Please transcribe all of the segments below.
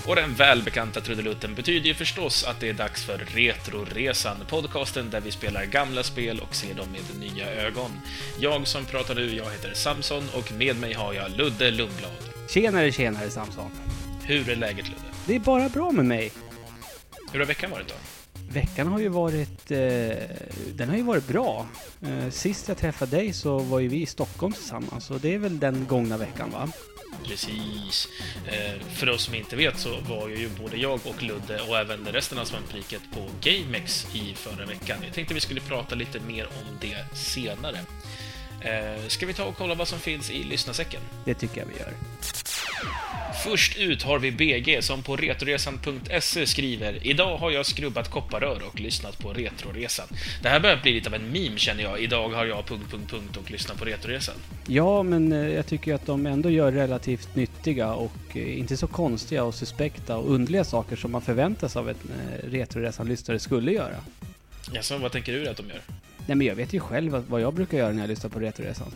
Och den välbekanta trudelutten betyder ju förstås att det är dags för Retroresan, podcasten där vi spelar gamla spel och ser dem med nya ögon. Jag som pratar nu, jag heter Samson och med mig har jag Ludde Lundblad. Tjenare Samson. Hur är läget, Ludde? Det är bara bra med mig. Hur har veckan varit då? Veckan har ju varit den har ju varit bra. Sist jag träffade dig så var ju vi i Stockholm tillsammans och det är väl den gångna veckan, va? Precis. För oss som inte vet så var ju både jag och Ludde och även resten av svampriket på GameX i förra veckan. Jag tänkte vi skulle prata lite mer om det senare. Ska vi ta och kolla vad som finns i lyssnarsäcken? Det tycker jag vi gör. Först ut har vi BG som på retroresan.se skriver: Idag har jag skrubbat kopparrör och lyssnat på Retroresan. Det här börjar bli lite av en meme, känner jag. Idag har jag ... och lyssnat på Retroresan. Ja, men jag tycker att de ändå gör relativt nyttiga och inte så konstiga och suspekta och underliga saker som man förväntas av en Retroresan-lyssnare skulle göra. Jaså, vad tänker du att de gör? Nej, men jag vet ju själv vad jag brukar göra när jag lyssnar på Retroresan.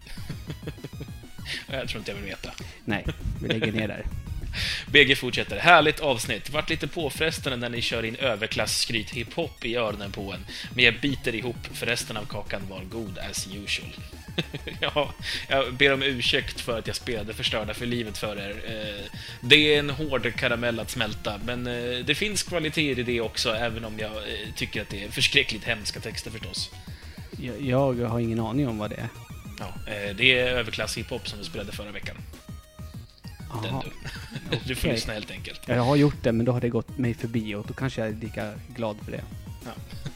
Jag tror inte jag vill veta. Nej, vi lägger ner där. BG fortsätter. Härligt avsnitt. Vart lite påfrestande när ni kör in överklass-skryt hiphop i öronen på en. Men jag biter ihop för resten av kakan var god as usual. Ja, jag ber om ursäkt för att jag spelade Förstörda för livet för er. Det är en hård karamell att smälta, men det finns kvaliteter i det också, även om jag tycker att det är förskräckligt hemska texter förstås. Jag har ingen aning om vad det är. Ja, det är överklass hiphop som vi spelade förra veckan. Den du. Du får lyssna helt enkelt. Jag har gjort det, men då har det gått mig förbi och då kanske jag är lika glad för det. Ja.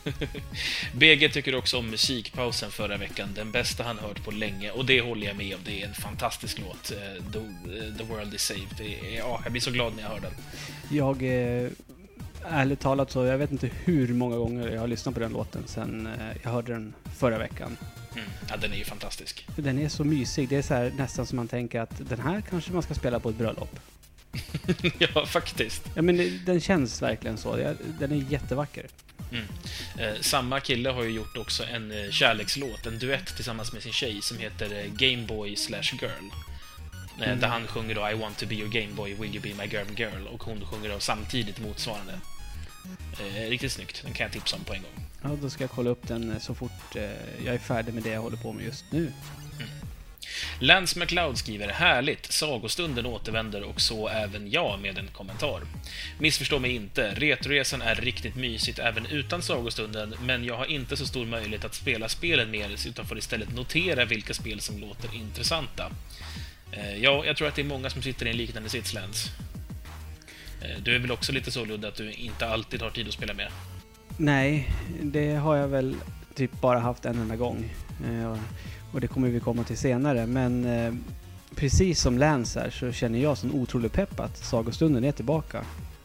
BG tycker också om musikpausen förra veckan. Den bästa han hört på länge. Och det håller jag med om. Det är en fantastisk låt. The World is Saved. Jag blir så glad när jag hör den. Jag ärligt talat så jag vet inte hur många gånger jag har lyssnat på den låten sen jag hörde den förra veckan. Ja, den är ju fantastisk. Den är så mysig. Det är så här, nästan som man tänker att den här kanske man ska spela på ett bröllop. Ja, faktiskt. Ja, men den känns verkligen så. Den är jättevacker. Samma kille har ju gjort också en kärlekslåt, en duett tillsammans med sin tjej som heter Gameboy/Girl. Där han sjunger då I want to be your Gameboy, will you be my girl? Och hon sjunger då samtidigt motsvarande. Riktigt snyggt, den kan jag tipsa om på en gång. Ja, då ska jag kolla upp den så fort jag är färdig med det jag håller på med just nu. Lance McLeod skriver: Härligt, sagostunden återvänder och så även jag med en kommentar. Missförstå mig inte, Retroresan är riktigt mysigt även utan sagostunden, men jag har inte så stor möjlighet att spela spelen mer utan får istället notera vilka spel som låter intressanta. Ja, jag tror att det är många som sitter i en liknande sits, Lance. Du är väl också lite så, Ludde, att du inte alltid har tid att spela med? Nej, det har jag väl typ bara haft en enda gång. Och det kommer vi komma till senare. Men precis som Lance här så känner jag sån otrolig pepp att sagostunden är tillbaka.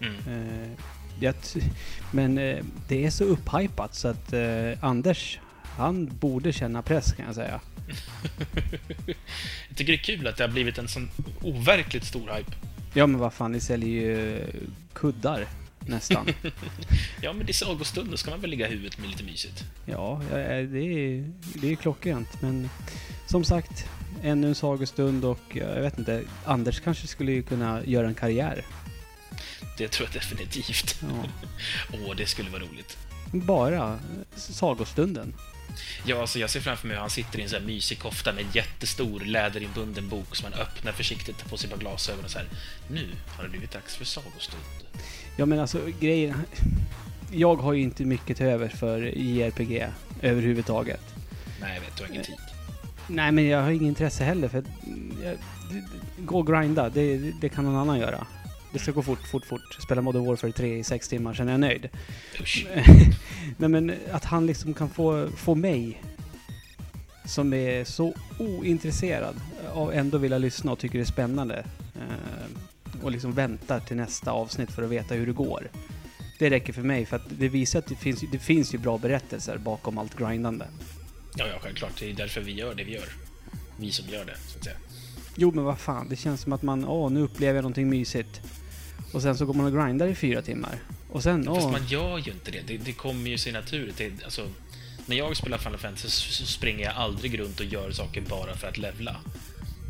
Men det är så upphypat så att Anders, han borde känna press, kan jag säga. Jag tycker det är kul att det har blivit en sån overkligt stor hype. Ja, men vad fan, det säljer ju kuddar nästan. Ja, men det är sagostund, då ska man väl lägga huvudet med lite mysigt. Ja, det är klockrent. Men som sagt, ännu en sagostund och jag vet inte, Anders kanske skulle ju kunna göra en karriär. Det tror jag definitivt. Ja. Det skulle vara roligt. Bara sagostunden. Ja, alltså jag ser framför mig hur han sitter i en sån här mysig kofta med en jättestor läderinbunden bok som man öppnar försiktigt på sig på glasögon och så här: nu har det blivit dags för sagostund. Ja, men alltså grejen, jag har ju inte mycket till över för JRPG överhuvudtaget. Nej, jag vet, du har ingen tid. Nej, men jag har ingen intresse heller för gå och grinda, det kan någon annan göra. Det ska gå fort. Spela Modern Warfare 3 i 6 timmar, sen är jag nöjd. Nej, men att han liksom kan få mig som är så ointresserad och ändå vilja lyssna och tycker det är spännande och liksom väntar till nästa avsnitt för att veta hur det går. Det räcker för mig, för att det visar att det finns ju bra berättelser bakom allt grindande. Ja, självklart. Det är därför vi gör det vi gör. Vi som gör det, så att säga. Jo, men vad fan. Det känns som att man, nu upplever jag någonting mysigt. Och sen så går man och grindar i 4 timmar. Och sen, fast man gör ju inte det. Det kommer ju sig naturligt. Alltså, när jag spelar Final Fantasy så springer jag aldrig runt och gör saker bara för att levla.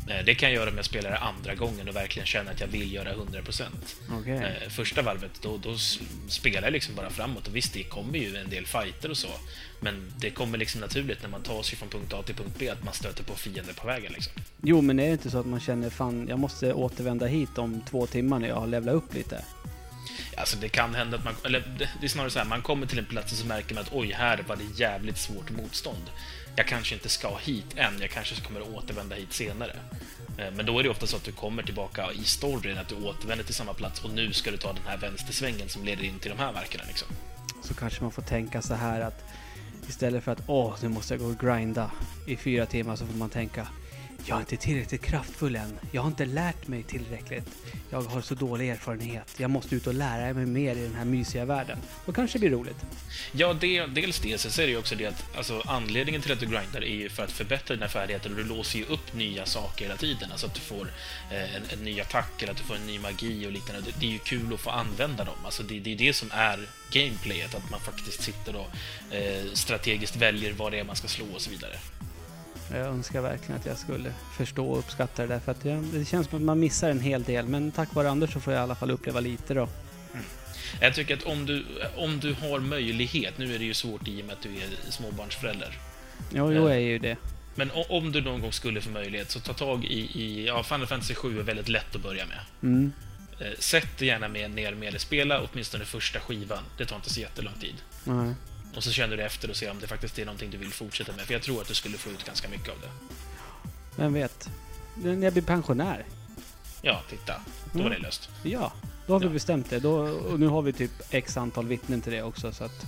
Det kan jag göra om jag spelar det andra gången och verkligen känner att jag vill göra 100%. Okay. Första varvet, då spelar jag liksom bara framåt. Och visst, det kommer ju en del fighter och så. Men det kommer liksom naturligt när man tar sig från punkt A till punkt B att man stöter på fiender på vägen liksom. Jo, men är det inte så att man känner fan, jag måste återvända hit om 2 timmar när jag har levlat upp lite? Alltså det kan hända att man, eller det är snarare så här, man kommer till en plats och så märker man att oj, här var det jävligt svårt motstånd. Jag kanske inte ska hit än, jag kanske kommer att återvända hit senare. Men då är det ofta så att du kommer tillbaka i storyn, att du återvänder till samma plats och nu ska du ta den här vänstersvängen som leder in till de här markerna liksom. Så kanske man får tänka så här att istället för att nu måste jag gå och grinda i 4 timmar, så får man tänka, jag är inte tillräckligt kraftfull än. Jag har inte lärt mig tillräckligt. Jag har så dålig erfarenhet. Jag måste ut och lära mig mer i den här mysiga världen. Då kanske det blir roligt. Ja, dels det. Så är det ju också det att alltså, anledningen till att du grindar är ju för att förbättra dina färdigheter, och du låser ju upp nya saker hela tiden. Alltså att du får en ny attack eller att du får en ny magi och liknande. Det är ju kul att få använda dem. Alltså det är det som är gameplayet, att man faktiskt sitter och strategiskt väljer vad det är man ska slå och så vidare. Jag önskar verkligen att jag skulle förstå och uppskatta det där, för att det känns som att man missar en hel del, men tack vare Anders så får jag i alla fall uppleva lite då. Jag tycker att om du har möjlighet, nu är det ju svårt i och med att du är småbarnsförälder. Jo, jag är ju det. Men om du någon gång skulle få möjlighet, så ta tag i Final Fantasy 7 är väldigt lätt att börja med. Mm. Sätt gärna ner med det, spela åtminstone första skivan. Det tar inte så jättelång tid. Nej. Och så känner du efter och ser om det faktiskt är någonting du vill fortsätta med. För jag tror att du skulle få ut ganska mycket av det. Vem vet? När jag blir pensionär. Ja, titta. Då var det löst. Ja, då har vi bestämt det. Och nu har vi typ x antal vittnen till det också. Så att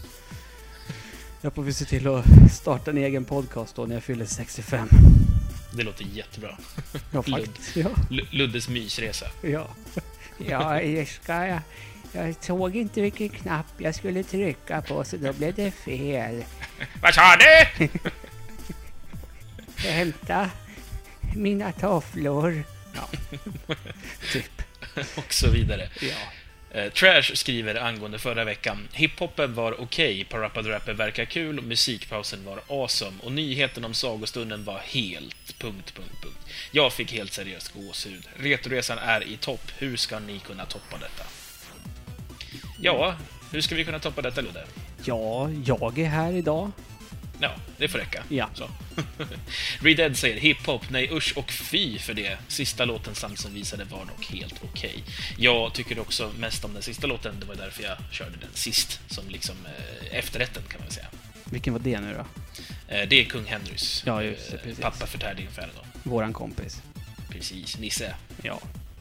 jag får se till att starta en egen podcast då när jag fyller 65. Det låter jättebra. Ja, faktiskt. Ja. Luddes mysresa. Ja. Ja, jag såg inte vilken knapp jag skulle trycka på, så då blev det fel. Vad sa du? Hämta mina tofflor. Ja. Typ. Och så vidare. Ja. Trash skriver angående förra veckan: hiphopen var okej, Parappa the Rapper verkar kul, musikpausen var awesome och nyheten om sagostunden var helt... ... Jag fick helt seriöst gåshud. Retroresan är i topp. Hur ska ni kunna toppa detta? Ja, hur ska vi kunna toppa detta, Ludde? Ja, jag är här idag. Ja, det får räcka. Ja. Så. Reddead säger hiphop, nej usch och fy för det. Sista låten Samson visade var dock helt okej. Jag tycker också mest om den sista låten, det var därför jag körde den sist, som liksom efterrätten kan man säga. Vilken var det nu då? Det är Kung Henrys. Ja, just det, precis. Pappa förtärde Inferno. Våran kompis. Precis, Nisse. Ja.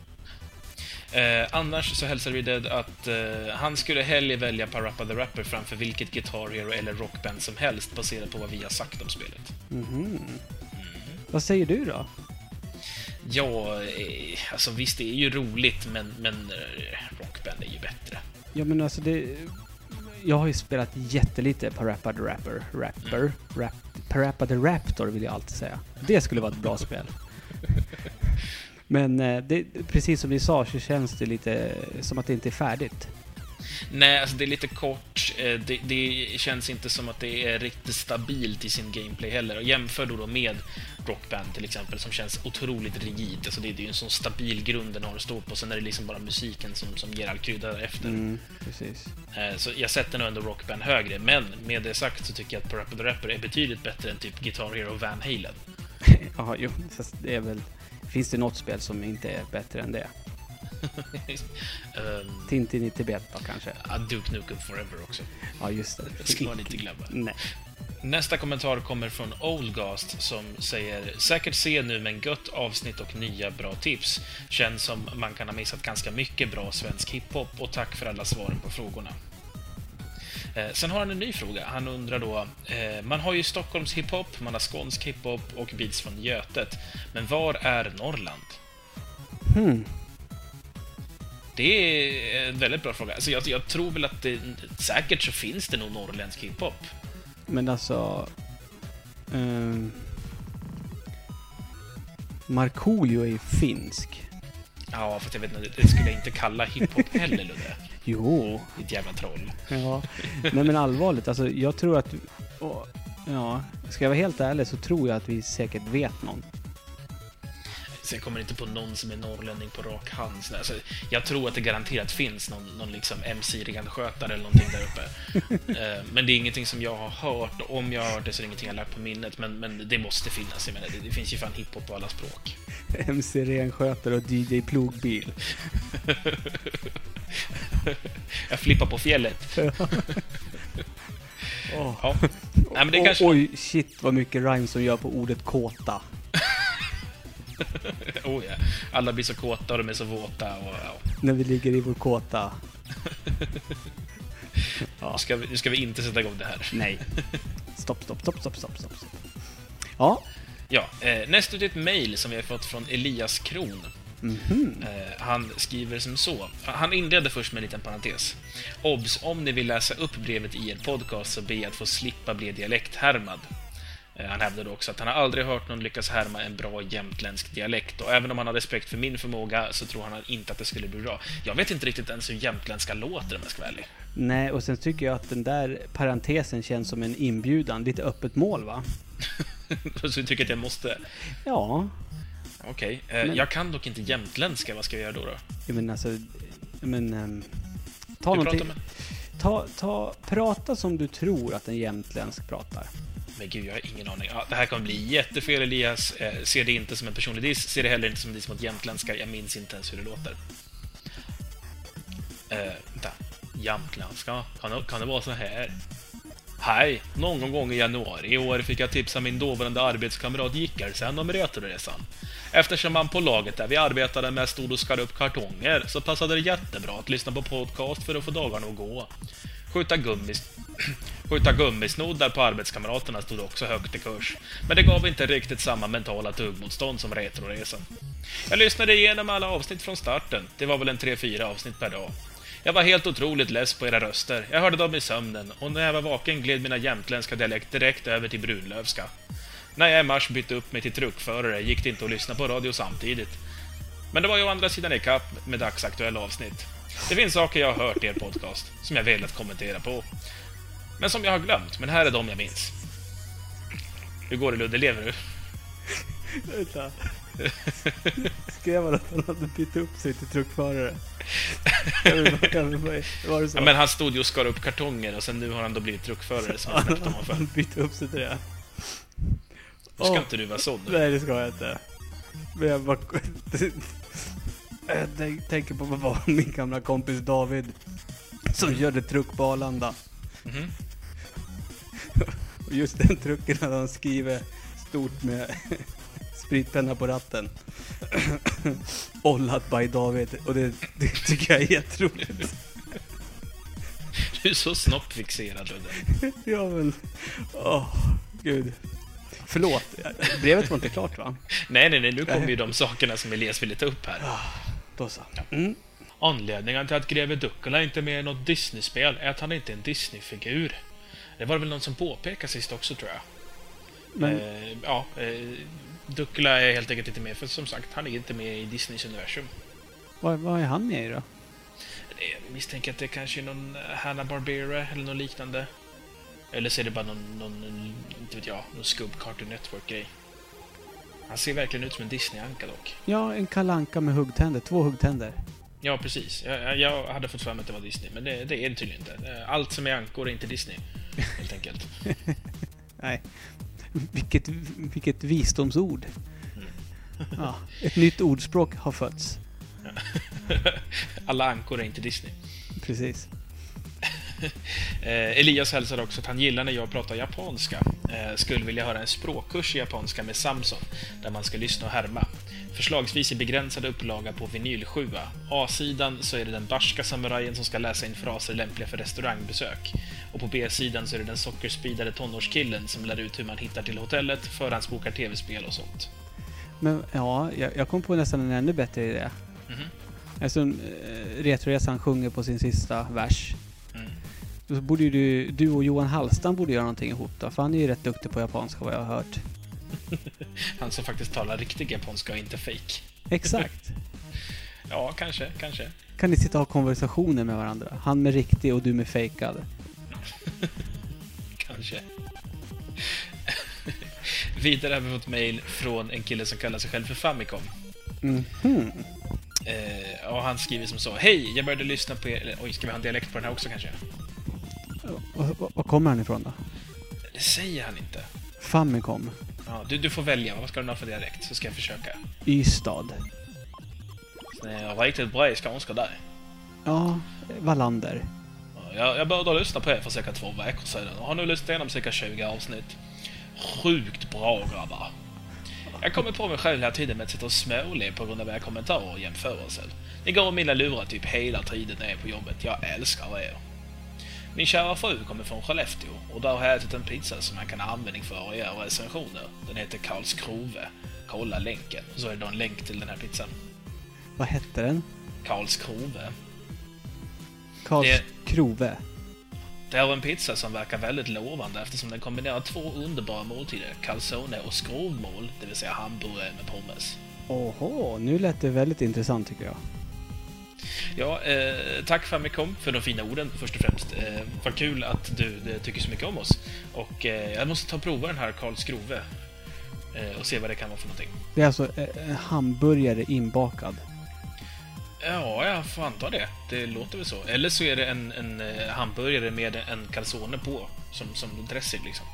Annars så hälsar Reddead att han skulle hellre välja Parappa the Rapper framför vilket Guitar Hero eller rockband som helst, baserat på vad vi har sagt om spelet. Vad säger du då? Ja, alltså visst, det är ju roligt, men rockband är ju bättre. Ja, men alltså jag har ju spelat jättelite Parappa the Rapper. Parappa the Raptor vill jag alltid säga. Det skulle vara ett bra spel. Men precis som vi sa så känns det lite som att det inte är färdigt. Nej, alltså det är lite kort. Det känns inte som att det är riktigt stabilt i sin gameplay heller. Och jämför då med Rockband till exempel, som känns otroligt rigid. Alltså det är ju en sån stabil grund den har att stå på. Sen är det liksom bara musiken som ger all krydda efter. Precis. Så jag sätter nog ändå Rockband högre. Men med det sagt så tycker jag att Parappa the Rapper är betydligt bättre än typ Guitar Hero och Van Halen. Ja, jo, fast det är väl... Finns det något spel som inte är bättre än det? Tintin i Tibet då, kanske? Duke Nukem Forever också. Ja, just det. Det ska man inte glömma. Nej. Nästa kommentar kommer från Oldgast som säger: säkert se nu, men gött avsnitt och nya bra tips. Känns som man kan ha missat ganska mycket bra svensk hiphop, och tack för alla svaren på frågorna. Sen har han en ny fråga. Han undrar då, man har ju Stockholms hiphop, man har skånsk hiphop och beats från Götet. Men var är Norrland? Det är en väldigt bra fråga. Alltså jag tror väl att säkert så finns det nog norrländsk hiphop. Men alltså... Markoolio är ju finsk. Ja, fast jag vet inte, det skulle jag inte kalla hiphop heller, Ludde. Jo. Ett jävla troll. Ja. Nej, men allvarligt, alltså jag tror att... ja, ska jag vara helt ärlig så tror jag att vi säkert vet någon. Så jag kommer inte på någon som är norrlänning på rak hand. Alltså, jag tror att det garanterat finns någon liksom MC-renskötare eller någonting där uppe. Men det är ingenting som jag har hört. Och om jag har hört det så är det ingenting jag har lagt på minnet. Men det måste finnas. Jag menar, det finns ju fan hiphop på alla språk. MC-renskötare och DJ Plogbil. Jag flippar på fjället. Ja. Nej, men det kanske... Oj, shit vad mycket rhyme som gör på ordet kåta. Oh ja. Alla blir så kåta och de är så våta. Och, ja. När vi ligger i vår kåta. Ja. Nu ska vi inte sätta igång det här. Nej. Stopp. Ja. Ja, näst ut ett mejl som vi har fått från Elias Kron. Han skriver som så. Han inledde först med en liten parentes. Obs, om ni vill läsa upp brevet i er podcast så ber jag att få slippa bli dialekthärmad. Han hävdade också att han har aldrig hört någon lyckas härma en bra jämtländsk dialekt, och även om han har respekt för min förmåga så tror han inte att det skulle bli bra. Jag vet inte riktigt ens hur jämtländska låter om jag ska vara ärlig. Nej, och sen tycker jag att den där parentesen känns som en inbjudan, lite öppet mål, va? Så du tycker att jag måste? Ja. Okej, jag kan dock inte jämtländska, vad ska jag göra då? Jag menar alltså, ta någonting. Prata som du tror att en jämtländsk pratar. Men gud, jag har ingen aning. Ja, det här kommer bli jättefel, Elias. Ser det inte som en personlig diss. Ser det heller inte som en diss mot jämtländska. Jag minns inte ens hur det låter. Vänta. Jämtländska. Kan det vara så här? Hej, någon gång i januari i år fick jag tipsa min dåvarande arbetskamrat Gickelsen om Retroresan. Eftersom man på laget där vi arbetade med stod och skar upp kartonger så passade det jättebra att lyssna på podcast för att få dagarna att gå. Skjuta gummisnoddar på arbetskamraterna stod också högt i kurs. Men det gav inte riktigt samma mentala tuggmotstånd som Retroresan. Jag lyssnade igenom alla avsnitt från starten. Det var väl en 3-4 avsnitt per dag. Jag var helt otroligt less på era röster. Jag hörde dem i sömnen, och när jag var vaken gled mina jämtländska dialekt direkt över till brunlövska. När jag i mars bytte upp mig till truckförare gick det inte att lyssna på radio samtidigt. Men det var ju å andra sidan i kapp med dagsaktuella avsnitt. Det finns saker jag har hört i er podcast som jag velat kommentera på. Men som jag har glömt, men här är de jag minns. Hur går det, Ludde? Lever du? Vänta. Skrev han att han hade bytt upp sig till truckförare? Var det så? Ja, men han stod ju och skar upp kartonger och sen nu har han då blivit truckförare som han bytte upp sig till det. Då ska inte du vara sån nu. Nej, det ska jag inte. Men jag bara... jag tänker på vad var min gamla kompis David som körde truck på Arlanda. Och just den trucken hade han skrivit stort med spritpenna på ratten. Ollat by David. Och det tycker jag är jätteroligt. Du är så snoppfixerad, Ludde. Ja, men... gud. Förlåt, brevet var inte klart, va? Nej, nu kommer ju de sakerna som Elias ville ta upp här. Då så. Anledningen till att Greve Duckula inte är med i något Disney-spel är att han inte är en Disney-figur. Det var väl någon som påpekade sist också, tror jag. Men... Duckula är helt enkelt inte med, för som sagt, han är inte med i Disneys universum. Vad är han med i då? Jag misstänker att det kanske är någon Hanna-Barbera eller något liknande. Eller så är det bara någon inte vet jag, någon skubb Cartoon Network-grej. Han ser verkligen ut som en Disney-anka dock. Ja, en kalanka med huggtänder, 2 huggtänder. Ja, precis. Jag hade fått för mig att det var Disney, men det är det tydligen inte. Allt som är ankor är inte Disney, helt enkelt. Nej. Vilket visdomsord. Ja, ett nytt ordspråk har fötts. Alla ankor är inte Disney. Precis. Elias hälsar också att han gillar när jag pratar japanska. Skulle vilja höra en språkkurs i japanska med Samson, där man ska lyssna och härma. Förslagsvis i begränsad upplaga på vinyl 7. A-sidan så är det den barska samurajen som ska läsa in fraser lämpliga för restaurangbesök. Och på B-sidan så är det den sockerspidade tonårskillen som lär ut hur man hittar till hotellet, förhandsbokar tv-spel och sånt. Men ja, jag kom på nästan en ännu bättre idé. Alltså, Retroresan sjunger på sin sista vers. Då borde ju du och Johan Hallstam borde göra någonting ihop då, för han är ju rätt duktig på japanska, vad jag har hört. Han som faktiskt talar riktig japanska och inte fake. Exakt. Ja, kanske. Kan ni sitta och ha konversationer med varandra? Han med riktig och du med fejkad. Kanske. Vidare har vi fått mejl från en kille som kallar sig själv för Famicom. Mhm. Och han skriver som så: Hej, jag började lyssna på er... Oj, ska vi ha en dialekt på den här också kanske? Var kommer han ifrån då? Det säger han inte. Famicom. Ja, du får välja. Vad ska du ha för dialekt? Så ska jag försöka. Ystad. Det är riktigt bra skånska där. Ja, Wallander. Jag började lyssna på er för cirka 2 veckor sedan och har nu lyssnat igenom cirka 20 avsnitt. Sjukt bra, grabbar. Jag kommer på mig själv hela tiden med att sitta och småle på grund av era kommentarer och jämförelser. Ni går mina lurar typ hela tiden när jag är på jobbet. Jag älskar er. Min kära fru kommer från Skellefteå och där har jag ätit en pizza som man kan ha användning för i era recensioner. Den heter Karlskrove. Kolla länken. Så är det då en länk till den här pizzan. Vad hette den? Karlskrove. Karlskrove. Det är en pizza som verkar väldigt lovande eftersom den kombinerar 2 underbara måltider, calzone och skrovmål, det vill säga hamburgare med pommes. Åhå, nu lät det väldigt intressant tycker jag. Ja, tack Famicom för de fina orden först och främst. Vad kul att du tycker så mycket om oss. Och jag måste ta och prova den här Karlskrove och se vad det kan vara för någonting. Det är alltså en hamburgare inbakad. Ja, jag får anta det. Det låter väl så. Eller så är det en hamburgare med en calzone på som dressing liksom.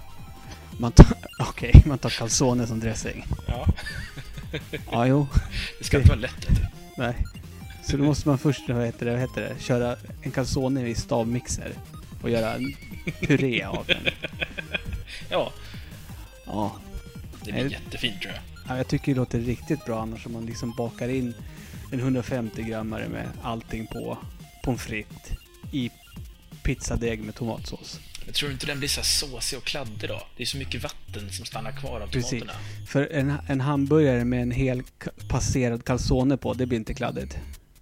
Man tar calzone som dressing. Ja. Ja, jo. Det ska inte vara lätt. Nej. Så då måste man först, vad heter det, köra en calzone i stavmixer och göra en puré av den. Ja. Ja. Det blir jättefint tror jag. Ja, jag tycker det låter riktigt bra annars om man liksom bakar in en 150 grammare med allting på pommes frites i pizzadeg med tomatsås. Jag tror inte den blir så såsig och kladdig då. Det är så mycket vatten som stannar kvar av tomaterna. Precis. För en hamburgare med en hel passerad calzone på, det blir inte kladdigt.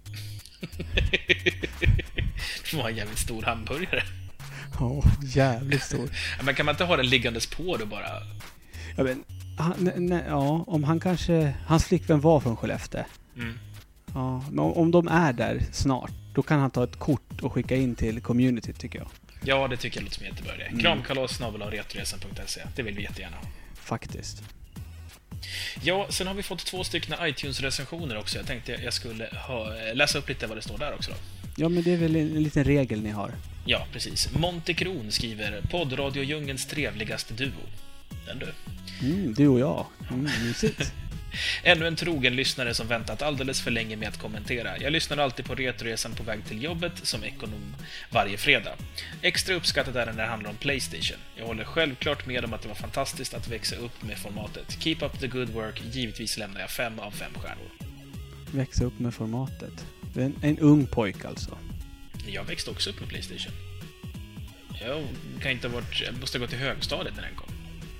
Det var en jävligt stor hamburgare. Ja, jävligt stor. Men kan man inte ha den liggandes på då bara? Ja, men, om han kanske... Hans flickvän var från Skellefteå. Mm. Ja, men om de är där snart, då kan han ta ett kort och skicka in till community tycker jag. Ja, det tycker jag låter som jättebra idé. Kramkalas@retroresan.se. Det vill vi jättegärna. Faktiskt. Ja, sen har vi fått 2 iTunes-recensioner också. Jag tänkte jag skulle läsa upp lite vad det står där också då. Ja, men det är väl en liten regel ni har. Ja, precis. Monte Kron skriver poddradioljungens trevligaste duo. Den du. Du och jag. Mysigt. Ännu en trogen lyssnare som väntat alldeles för länge med att kommentera. Jag lyssnar alltid på Retroresan på väg till jobbet som ekonom varje fredag. Extra uppskattat är det när det handlar om PlayStation. Jag håller självklart med om att det var fantastiskt att växa upp med formatet. Keep up the good work. Givetvis lämnar jag 5 av 5 stjärnor. Växa upp med formatet. En ung pojk alltså. Jag växte också upp med PlayStation. Jag måste ha gått till högstadiet när den kom.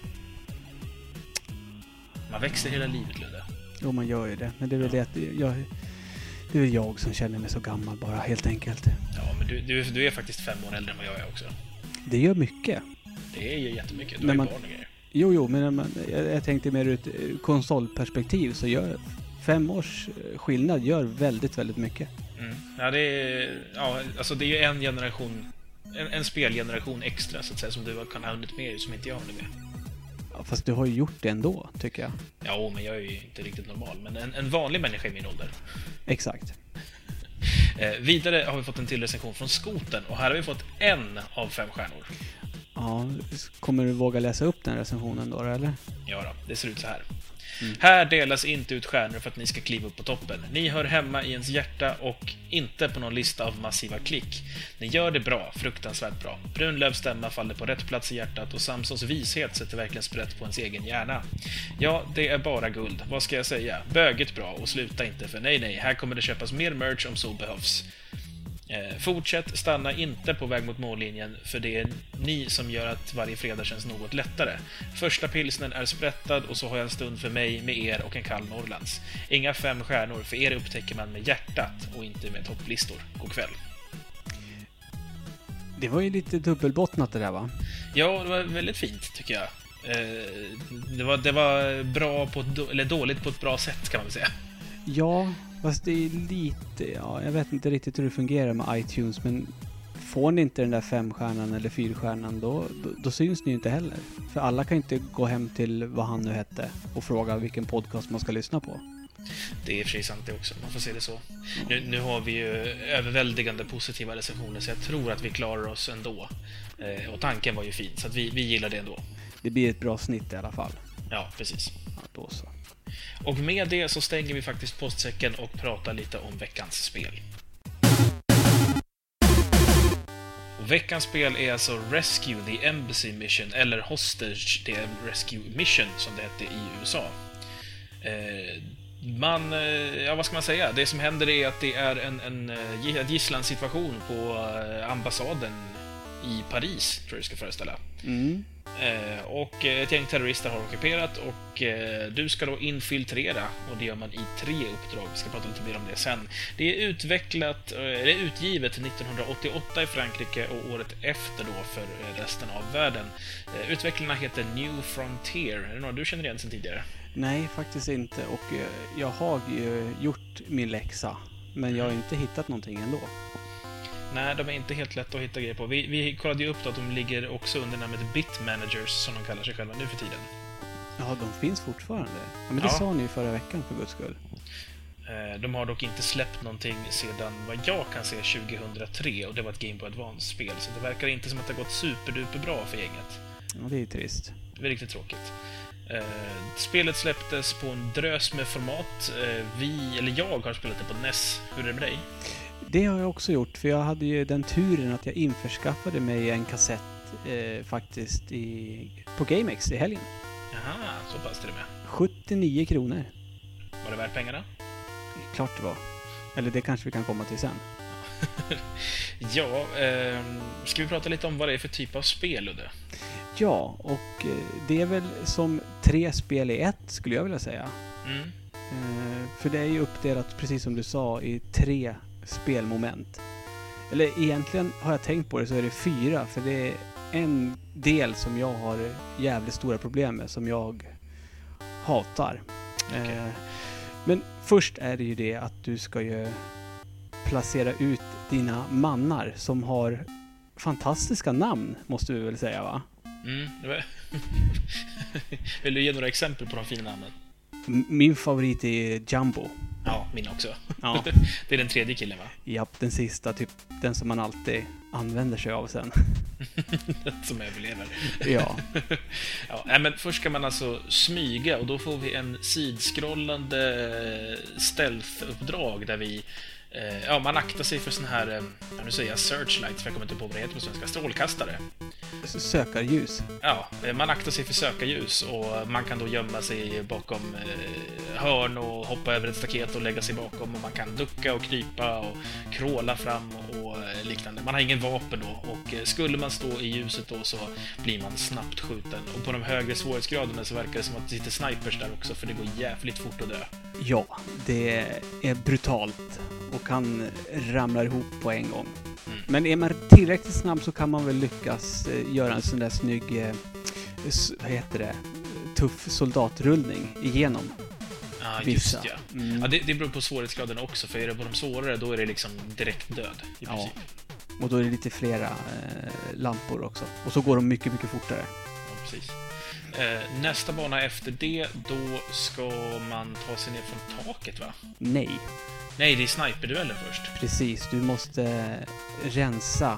Man växer hela livet, Ludde. Jo, man gör ju det. Men det är väl det att det är jag som känner mig så gammal bara, helt enkelt. Ja, men du är faktiskt 5 år äldre än vad jag är också. Det gör mycket. Det är ju jättemycket. Du har ju barn och grejer. Jo, men jag tänkte mer ur ett konsolperspektiv så gör 5 års skillnad gör väldigt, väldigt mycket. Mm. Ja, det är ju en generation, en spelgeneration extra så att säga, som du kan ha hunnit med som inte jag har hunnit med. Ja, fast du har ju gjort det ändå, tycker jag. Ja, men jag är ju inte riktigt normal. Men en vanlig människa i min ålder. Exakt. Vidare har vi fått en till recension från Skoten. Och här har vi fått 1 av 5 stjärnor. Ja, kommer du våga läsa upp den recensionen då, eller? Ja då, det ser ut så här. Här delas inte ut stjärnor för att ni ska kliva upp på toppen. Ni hör hemma i ens hjärta och inte på någon lista av massiva klick. Ni gör det bra, fruktansvärt bra. Brunlövs stämma faller på rätt plats i hjärtat och Samsons vishet sätter verkligen sprätt på ens egen hjärna. Ja, det är bara guld. Vad ska jag säga? Böget bra och sluta inte för nej, här kommer det köpas mer merch om så behövs. Fortsätt, stanna inte på väg mot mållinjen för det är ni som gör att varje fredag känns något lättare. Första pilsnen är sprättad och så har jag en stund för mig med er och en kall Norrlands. Inga 5 stjärnor, för er upptäcker man med hjärtat och inte med topplistor. God kväll. Det var ju lite dubbelbottnat det där, va? Ja, det var väldigt fint tycker jag. Det var bra eller dåligt på ett bra sätt kan man väl säga. Ja, fast det är lite... Ja, jag vet inte riktigt hur det fungerar med iTunes, men får ni inte den där 5-stjärnan eller 4-stjärnan, då syns ni ju inte heller. För alla kan inte gå hem till vad han nu hette och fråga vilken podcast man ska lyssna på. Det är i och för sig sant det också, man får se det så. Nu har vi ju överväldigande positiva recensioner, så jag tror att vi klarar oss ändå. Och tanken var ju fin, så att vi gillar det ändå. Det blir ett bra snitt i alla fall. Ja, precis. Ja, då så. Och med det så stänger vi faktiskt postsäcken och pratar lite om veckans spel. Och veckans spel är alltså Rescue the Embassy Mission, eller Hostage the Rescue Mission som det hette i USA. Vad ska man säga? Det som händer är att det är en gisslansituation på ambassaden i Paris, tror jag du ska föreställa. Och ett gäng terrorister har ockuperat och du ska då infiltrera, och det gör man i 3 uppdrag. Vi ska prata lite mer om det sen. Det är utgivet 1988 i Frankrike och året efter då för resten av världen. Utvecklarna heter New Frontier. Är det några du känner igen sedan tidigare? Nej, faktiskt inte. Och jag har ju gjort min läxa, men jag har inte hittat någonting ändå. Nej, de är inte helt lätt att hitta grejer på. Vi kollade ju upp då att de ligger också under namnet Bitmanagers, som de kallar sig själva nu för tiden. Ja, de finns fortfarande. Ja, men det sa ni ju förra veckan för guds skull. De har dock inte släppt någonting sedan vad jag kan se 2003, och det var ett Game Boy Advance-spel, så det verkar inte som att det har gått superduper bra för gänget. Ja, det är ju trist. Det är riktigt tråkigt. Spelet släpptes på en drös med format. Jag har spelat det på NES. Hur är det med dig? Det har jag också gjort, för jag hade ju den turen att jag införskaffade mig en kassett faktiskt på GameX i helgen. Jaha, så pass till det med. 79 kronor. Var det värt pengarna? Klart det var. Eller det kanske vi kan komma till sen. Ja, ska vi prata lite om vad det är för typ av spel, Ludde? Ja, och det är väl som 3 spel i 1 skulle jag vilja säga. För det är ju uppdelat, precis som du sa, i 3 spelmoment. Eller egentligen har jag tänkt på det så är det 4, för det är en del som jag har jävligt stora problem med, som jag hatar. Okay. Men först är det ju det att du ska ju placera ut dina mannar som har fantastiska namn, måste vi väl säga, va? Vill du ge några exempel på de fina namnen? Min favorit är Jumbo. Ja, min också. Ja. Det är den 3:e killen, va? Japp, den sista, typ den som man alltid använder sig av sen. Som överlever. Ja. Ja, men först ska man alltså smyga, och då får vi en sidskrollande stealth-uppdrag där vi man aktar sig för sån här, searchlights, för jag kommer inte på vad det heter på svenska, strålkastare. Sökarljus. Ja, man aktar sig för sökarljus, och man kan då gömma sig bakom hörn och hoppa över ett staket och lägga sig bakom, och man kan ducka och krypa och kråla fram och liknande. Man har ingen vapen då, och skulle man stå i ljuset då så blir man snabbt skjuten. Och på de högre svårighetsgraderna så verkar det som att det sitter snipers där också, för det går jävligt fort att dö. Ja, det är brutalt och kan ramla ihop på en gång. Men är man tillräckligt snabb så kan man väl lyckas göra en sån där snygg tuff soldatrullning igenom. Ja, just ja. Ja, det beror på svårighetsgraden också, för är det på de svårare då är det liksom direkt död i princip. Och då är det lite flera lampor också. Och så går de mycket, mycket fortare. Ja, precis. Nästa bana efter det, då ska man ta sig ner från taket, va? Nej, det är sniperduellen först. Precis, du måste rensa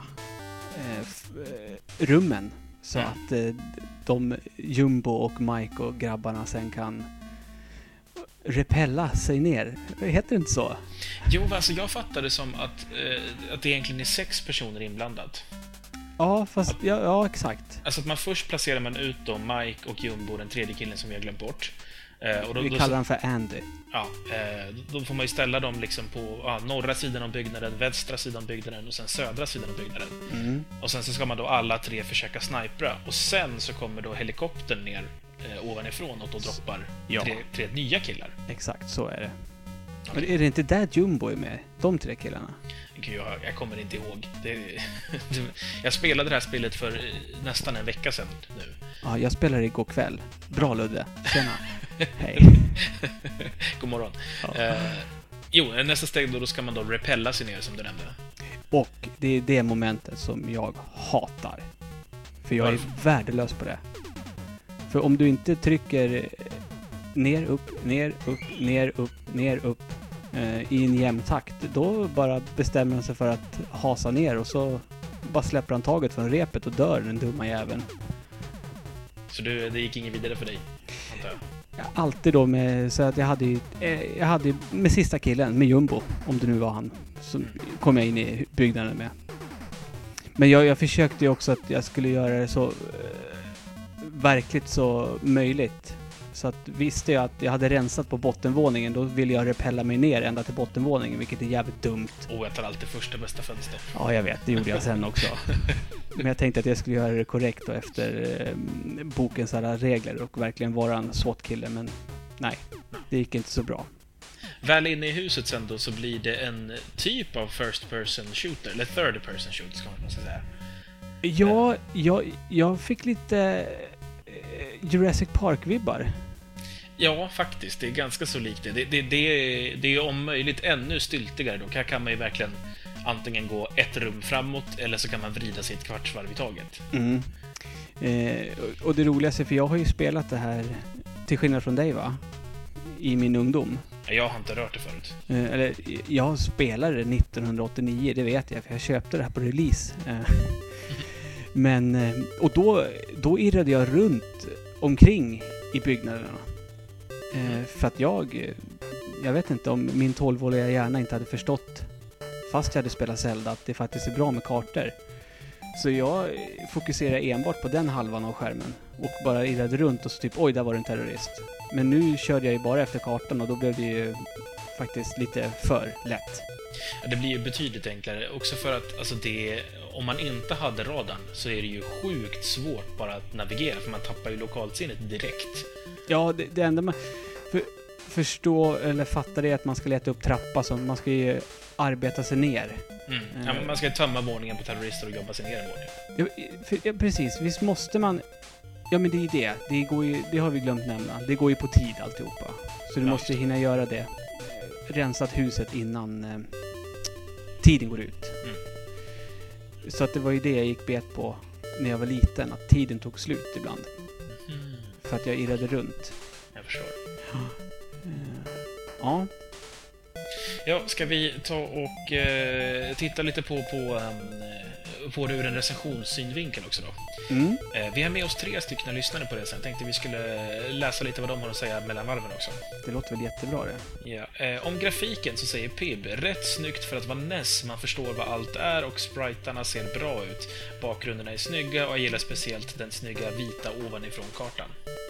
rummen så att de Jumbo och Mike och grabbarna sen kan repella sig ner. Heter det inte så? Jo, alltså jag fattade som att det egentligen är 6 personer inblandat. Ja, fast ja, exakt. Alltså att man först placerar man ut då Mike och Jumbo, den 3:e killen som vi har glömt bort. Och vi kallar han för Andy. Ja, då får man ju ställa dem liksom på norra sidan av byggnaden, västra sidan av byggnaden och sen södra sidan av byggnaden. Och sen så ska man då alla 3 försöka snipra, och sen så kommer då helikoptern ner ovanifrån och då droppar 3 nya killar. Exakt, så är det. Okay. Men är det inte där Jumbo är med? De 3 killarna? Jag kommer inte ihåg. Jag spelade det här spelet för nästan en vecka sedan nu. Ja, jag spelade igår kväll. Bra, Ludde. Tjena. Hej. God morgon. Ja. Nästa steg då ska man då repella sig ner, som du nämnde. Och det är det momentet som jag hatar. För jag är värdelös på det. För om du inte trycker ner, upp, ner, upp, ner, upp, ner, upp i en jämn takt. Då bara bestämmer han sig för att hasa ner och så bara släpper han taget från repet och dör, den dumma jäveln. Så det gick inget vidare för dig, antar jag? Ja, alltid då med, så att jag hade med sista killen, med Jumbo, om det nu var han, så kom jag in i byggnaden med. Men jag försökte ju också att jag skulle göra det så verkligt så möjligt. Så att visste jag att jag hade rensat på bottenvåningen, då ville jag repella mig ner ända till bottenvåningen, vilket är jävligt dumt. Jag tar alltid första bästa fönster. Ja, jag vet. Det gjorde jag sen också. Men jag tänkte att jag skulle göra det korrekt då, efter bokens alla regler och verkligen vara en SWAT-kille, men nej, det gick inte så bra. Väl inne i huset sen då så blir det en typ av first person shooter, eller third person shooter ska man säga. Ja, jag fick lite Jurassic Park-vibbar. Ja, faktiskt. Det är ganska så likt det. Det är om möjligt ännu styltigare då. Här kan man ju verkligen antingen gå ett rum framåt eller så kan man vrida sig ett kvartsvarv i taget. Mm. Och det roligaste, för jag har ju spelat det här till skillnad från dig, va? I min ungdom. Jag har inte rört det förut. Eller jag spelade det 1989, det vet jag, för jag köpte det här på release. Men, och då irrade jag runt omkring i byggnaderna. För att jag vet inte om min 12-åriga hjärna inte hade förstått, fast jag hade spelat Zelda, att det faktiskt är bra med kartor. Så jag fokuserade enbart på den halvan av skärmen och bara irrade runt och så typ, oj, där var det en terrorist. Men nu körde jag ju bara efter kartan och då blev det ju faktiskt lite för lätt. Ja, det blir ju betydligt enklare också för att alltså om man inte hade radarn så är det ju sjukt svårt bara att navigera, för man tappar ju lokalsinnet direkt. Ja, det enda man förstå eller fatta det är att man ska leta upp trappa, så man ska ju arbeta sig ner. Ja, men man ska tömma våningen på terrorister och jobba sig ner en våning. Ja, precis. Visst måste man... Ja, men det är ju det. Det har vi glömt nämna. Det går ju på tid alltihopa. Så du måste hinna göra det. Rensat huset innan tiden går ut. Så att det var ju det jag gick bet på när jag var liten. Att tiden tog slut ibland. För att jag irrade runt. Jag förstår. Ja. Ja, ska vi ta och titta lite på det ur en recensionssynvinkel också då. Vi har med oss 3 stycken lyssnare på det sen. Tänkte vi skulle läsa lite vad de har att säga mellan varven också. Det låter väl jättebra det. Ja. Om grafiken så säger Pib, rätt snyggt för att vara NES, man förstår vad allt är och spritarna ser bra ut. Bakgrunderna är snygga och jag gillar speciellt den snygga vita ovanifrån kartan.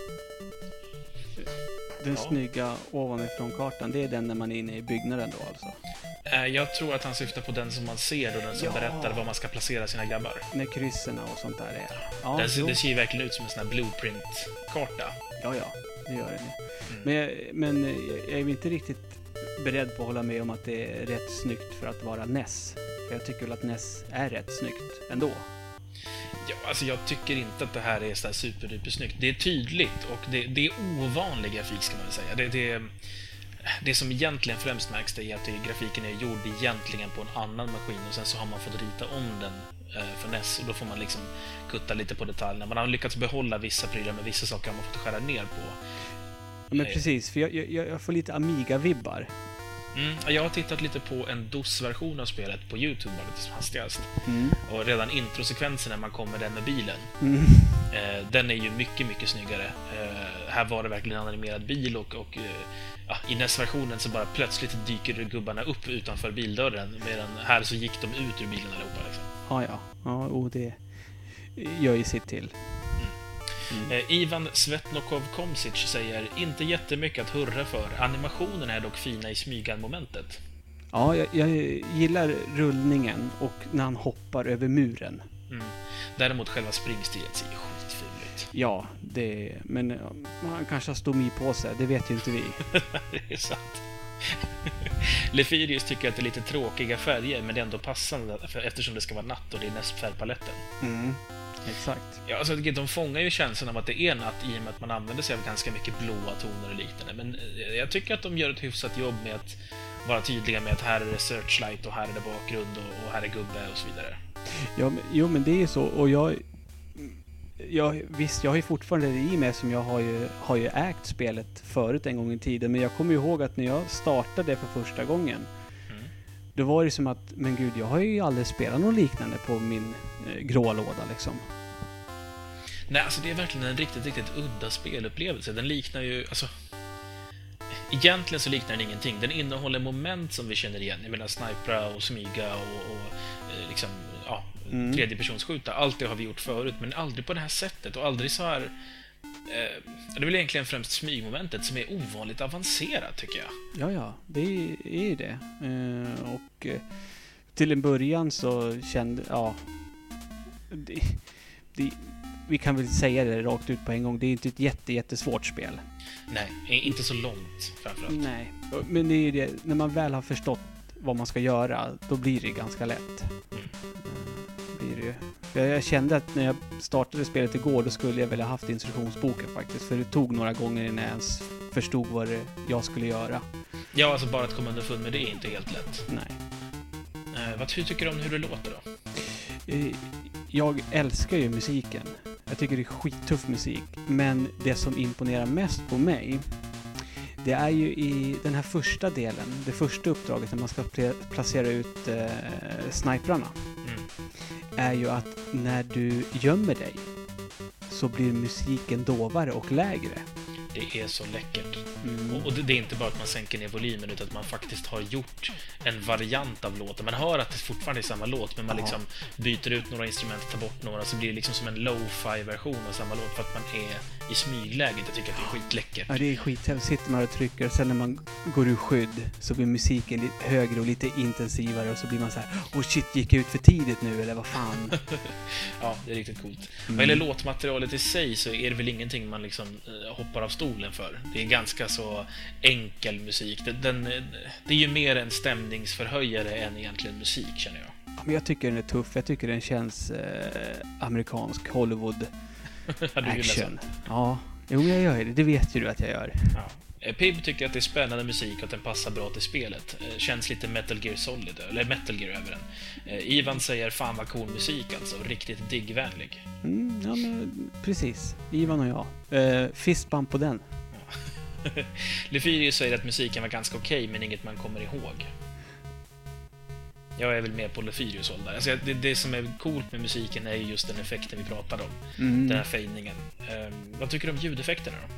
Den snygga ovanifrån kartan, det är den när man är inne i byggnaden då alltså? Jag tror att han syftar på den som man ser och den som berättar var man ska placera sina grabbar. När krysserna och sånt där är. Ja, det ser ju verkligen ut som en sån här blueprint-karta. Ja, det gör det. Men jag är inte riktigt beredd på att hålla med om att det är rätt snyggt för att vara NES. För jag tycker väl att NES är rätt snyggt ändå. Ja, alltså jag tycker inte att det här är så här superduper snyggt. Det är tydligt och det är ovanlig grafik ska man väl säga. Det som egentligen främst märks är att grafiken är gjord egentligen på en annan maskin och sen så har man fått rita om den för NES och då får man liksom kutta lite på detaljerna. Man har lyckats behålla vissa prylar, men vissa saker har man fått skära ner på. Ja, men precis, för jag får lite Amiga-vibbar. Jag har tittat lite på en DOS-version av spelet på YouTube bara lite som hastigast. Och redan introsekvensen när man kommer den med bilen, den är ju mycket, mycket snyggare. Här var det verkligen en animerad bil och i NES-versionen så bara plötsligt dyker gubbarna upp utanför bildörren, medan här så gick de ut ur bilen allihopa liksom. Ja, det gör ju sitt till. Ivan Svetnokov-Komsic säger inte jättemycket att hurra för. Animationerna är dock fina i smygan-momentet. Ja, jag gillar rullningen och när han hoppar över muren. Däremot själva springstilet ser ju skitful ut. Ja, men han kanske har stomi på sig, det vet ju inte vi. Det är sant. Lefirius tycker att det är lite tråkiga färger, men det är ändå passande eftersom det ska vara natt och det är näst färgpaletten. Exakt. Ja, alltså de fångar ju känslan av att det är natt i och med att man använder sig av ganska mycket blåa toner och liknande. Men jag tycker att de gör ett hyfsat jobb med att vara tydliga med att här är det searchlight och här är det bakgrund och här är gubbe och så vidare. Ja, men det är ju så. Och visst, jag har ju fortfarande det i mig som jag har ju ägt spelet förut en gång i tiden. Men jag kommer ihåg att när jag startade för första gången, då var det som att, men gud, jag har ju aldrig spelat något liknande på min grå låda liksom. Nej, alltså det är verkligen en riktigt, riktigt udda spelupplevelse. Den liknar ju, alltså... Egentligen så liknar den ingenting. Den innehåller moment som vi känner igen. Jag menar, snipra och smyga och liksom, ja, tredjepersonsskjuta. Allt det har vi gjort förut, men aldrig på det här sättet. Och aldrig så här... det är väl egentligen främst smygmomentet som är ovanligt avancerat, tycker jag. Ja, det är ju det. Och till en början så kände... Ja... vi kan väl säga det rakt ut på en gång. Det är inte ett jättesvårt spel. Nej, inte så långt framförallt. Nej, men det är det. När man väl har förstått vad man ska göra, då blir det ganska lätt. Blir det ju. Jag kände att när jag startade spelet igår, då skulle jag väl ha haft instruktionsboken faktiskt. För det tog några gånger innan jag ens förstod vad jag skulle göra. Ja, alltså bara att komma underfund med det är inte helt lätt. Nej. Hur tycker du om hur det låter då? Jag älskar ju musiken. Jag tycker det är skittuff musik. Men det som imponerar mest på mig, det är ju i den här första delen, det första uppdraget när man ska placera ut sniprarna, är ju att när du gömmer dig så blir musiken dovare och lägre. Det är så läckert. Och det är inte bara att man sänker ner volymen, utan att man faktiskt har gjort en variant av låten. Man hör att det fortfarande är samma låt, men man liksom byter ut några instrument, tar bort några, så blir det liksom som en lo-fi-version av samma låt för att man är i smygläget. Jag tycker att det är skitläckert. Ja, det är skithäftigt. Sitter man och trycker, sen när man går ur skydd så blir musiken lite högre och lite intensivare, och så blir man så här: oh shit, gick jag ut för tidigt nu, eller vad fan? Ja, det är riktigt coolt. Vad gäller låtmaterialet i sig så är det väl ingenting man liksom hoppar av stolen för. Det är ganska så enkel musik. Det är ju mer en stämningsförhöjare än egentligen musik, känner jag. Ja, men jag tycker den är tuff. Jag tycker den känns amerikansk Hollywood action. Ja, jo, jag gör det. Det vet ju du att jag gör. Ja. Pib tycker att det är spännande musik och att den passar bra till spelet. Känns lite Metal Gear Solid, eller Metal Gear över den. Ivan säger fan vad cool musik, alltså. Riktigt diggvänlig. Ja, men precis. Ivan och jag. Fistbump på den. Ja. Lefyrius säger att musiken var ganska okej, men inget man kommer ihåg. Jag är väl med på Lefyrius håll där. Alltså, det som är coolt med musiken är just den effekten vi pratade om. Den här fejdningen. Vad tycker du om ljudeffekterna då?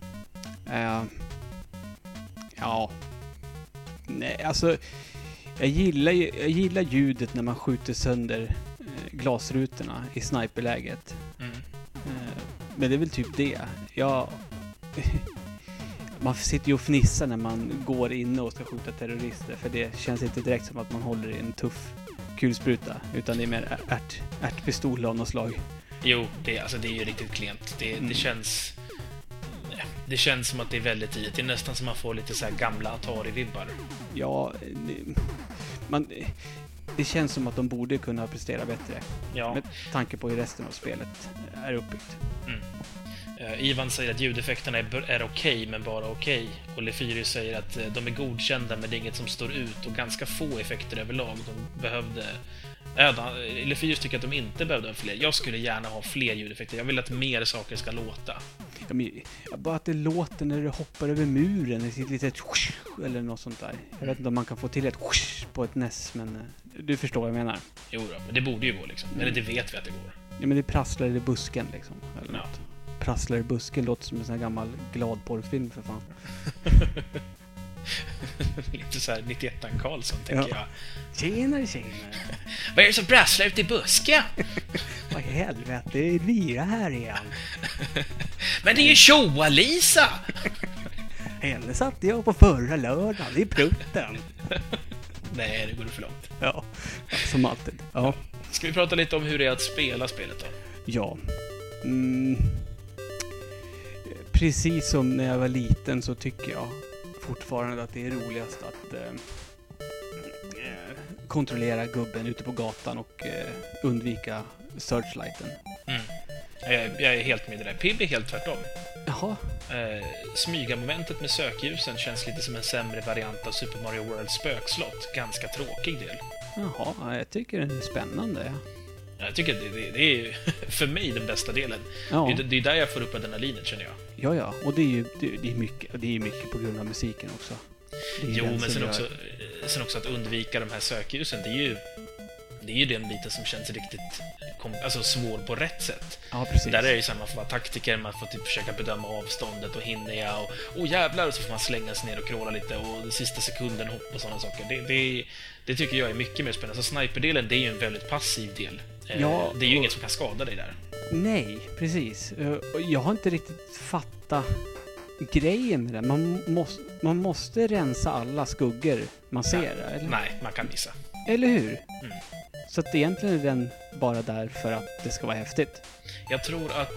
Ja. Nej, alltså jag gillar ljudet när man skjuter sönder glasrutorna i sniperläget. Men det är väl typ det. Man sitter ju och fnissar när man går in och ska skjuta terrorister, för det känns inte direkt som att man håller i en tuff kulspruta, utan det är mer ärtpistol av något slag. Jo, det är ju riktigt klent. Det känns som att det är väldigt tidigt. Det är nästan som man får lite så här gamla Atari-vibbar. Ja, det känns som att de borde kunna prestera bättre. Ja. Med tanke på hur resten av spelet är uppbyggt. Ivan säger att ljudeffekterna är okej, men bara okej. Och Lefyrius säger att de är godkända, men det är inget som står ut, och ganska få effekter överlag. De behövde... Lefyrius tycker att de inte behövde ha fler. Jag skulle gärna ha fler ljudeffekter. Jag vill att mer saker ska låta. Ja, men, bara att det låter när du hoppar över muren, ett litet eller något sånt där. Jag vet inte om man kan få till ett på ett NES, men du förstår vad jag menar. Jo då, men det borde ju gå liksom. Eller det vet vi att det går. Ja, men det prasslar i busken liksom. Eller något. Prasslar i busken låter som en sån här gammal glad porrfilm, för fan. Lite så här 91 Karlsson, tänker jag. Tjena. Vad är det som prasslar ute i busken? Vad i helvete, det är Lira här igen. Men det är ju Tjoa-Lisa! Henne satte jag på förra lördagen i prutten. Nej, det går för långt. Ja, som alltid. Ja. Ska vi prata lite om hur det är att spela spelet då? Ja. Precis som när jag var liten så tycker jag fortfarande att det är roligast att kontrollera gubben ute på gatan och undvika searchlighten. Jag är helt med i det där. Pib är helt tvärtom. Jaha. Smyga-momentet med sökljusen känns lite som en sämre variant av Super Mario World spökslott. Ganska tråkig del. Jaha, jag tycker det är spännande. Jag tycker att det är för mig den bästa delen. Ja. Det är där jag får upp adrenalinet, känner jag. Ja, och det är mycket på grund av musiken också. Jo, men sen också att undvika de här sökljusen, det är ju den biten som känns riktigt svår på rätt sätt. Ja, precis. Där är det ju så här, man får vara taktiker, man får typ försöka bedöma avståndet och hinner jag och jävlar, och så får man slänga sig ner och kråla lite och sista sekunden hopp och sådana saker. Det tycker jag är mycket mer spännande. Så sniperdelen, det är ju en väldigt passiv del. Ja, det är ju inget som kan skada dig där. Nej, precis. Jag har inte riktigt fattat grejen med det. Man måste rensa alla skuggor man ser. Eller? Nej, man kan missa. Eller hur? Mm. Så att egentligen är den bara där för att det ska vara häftigt. Jag tror att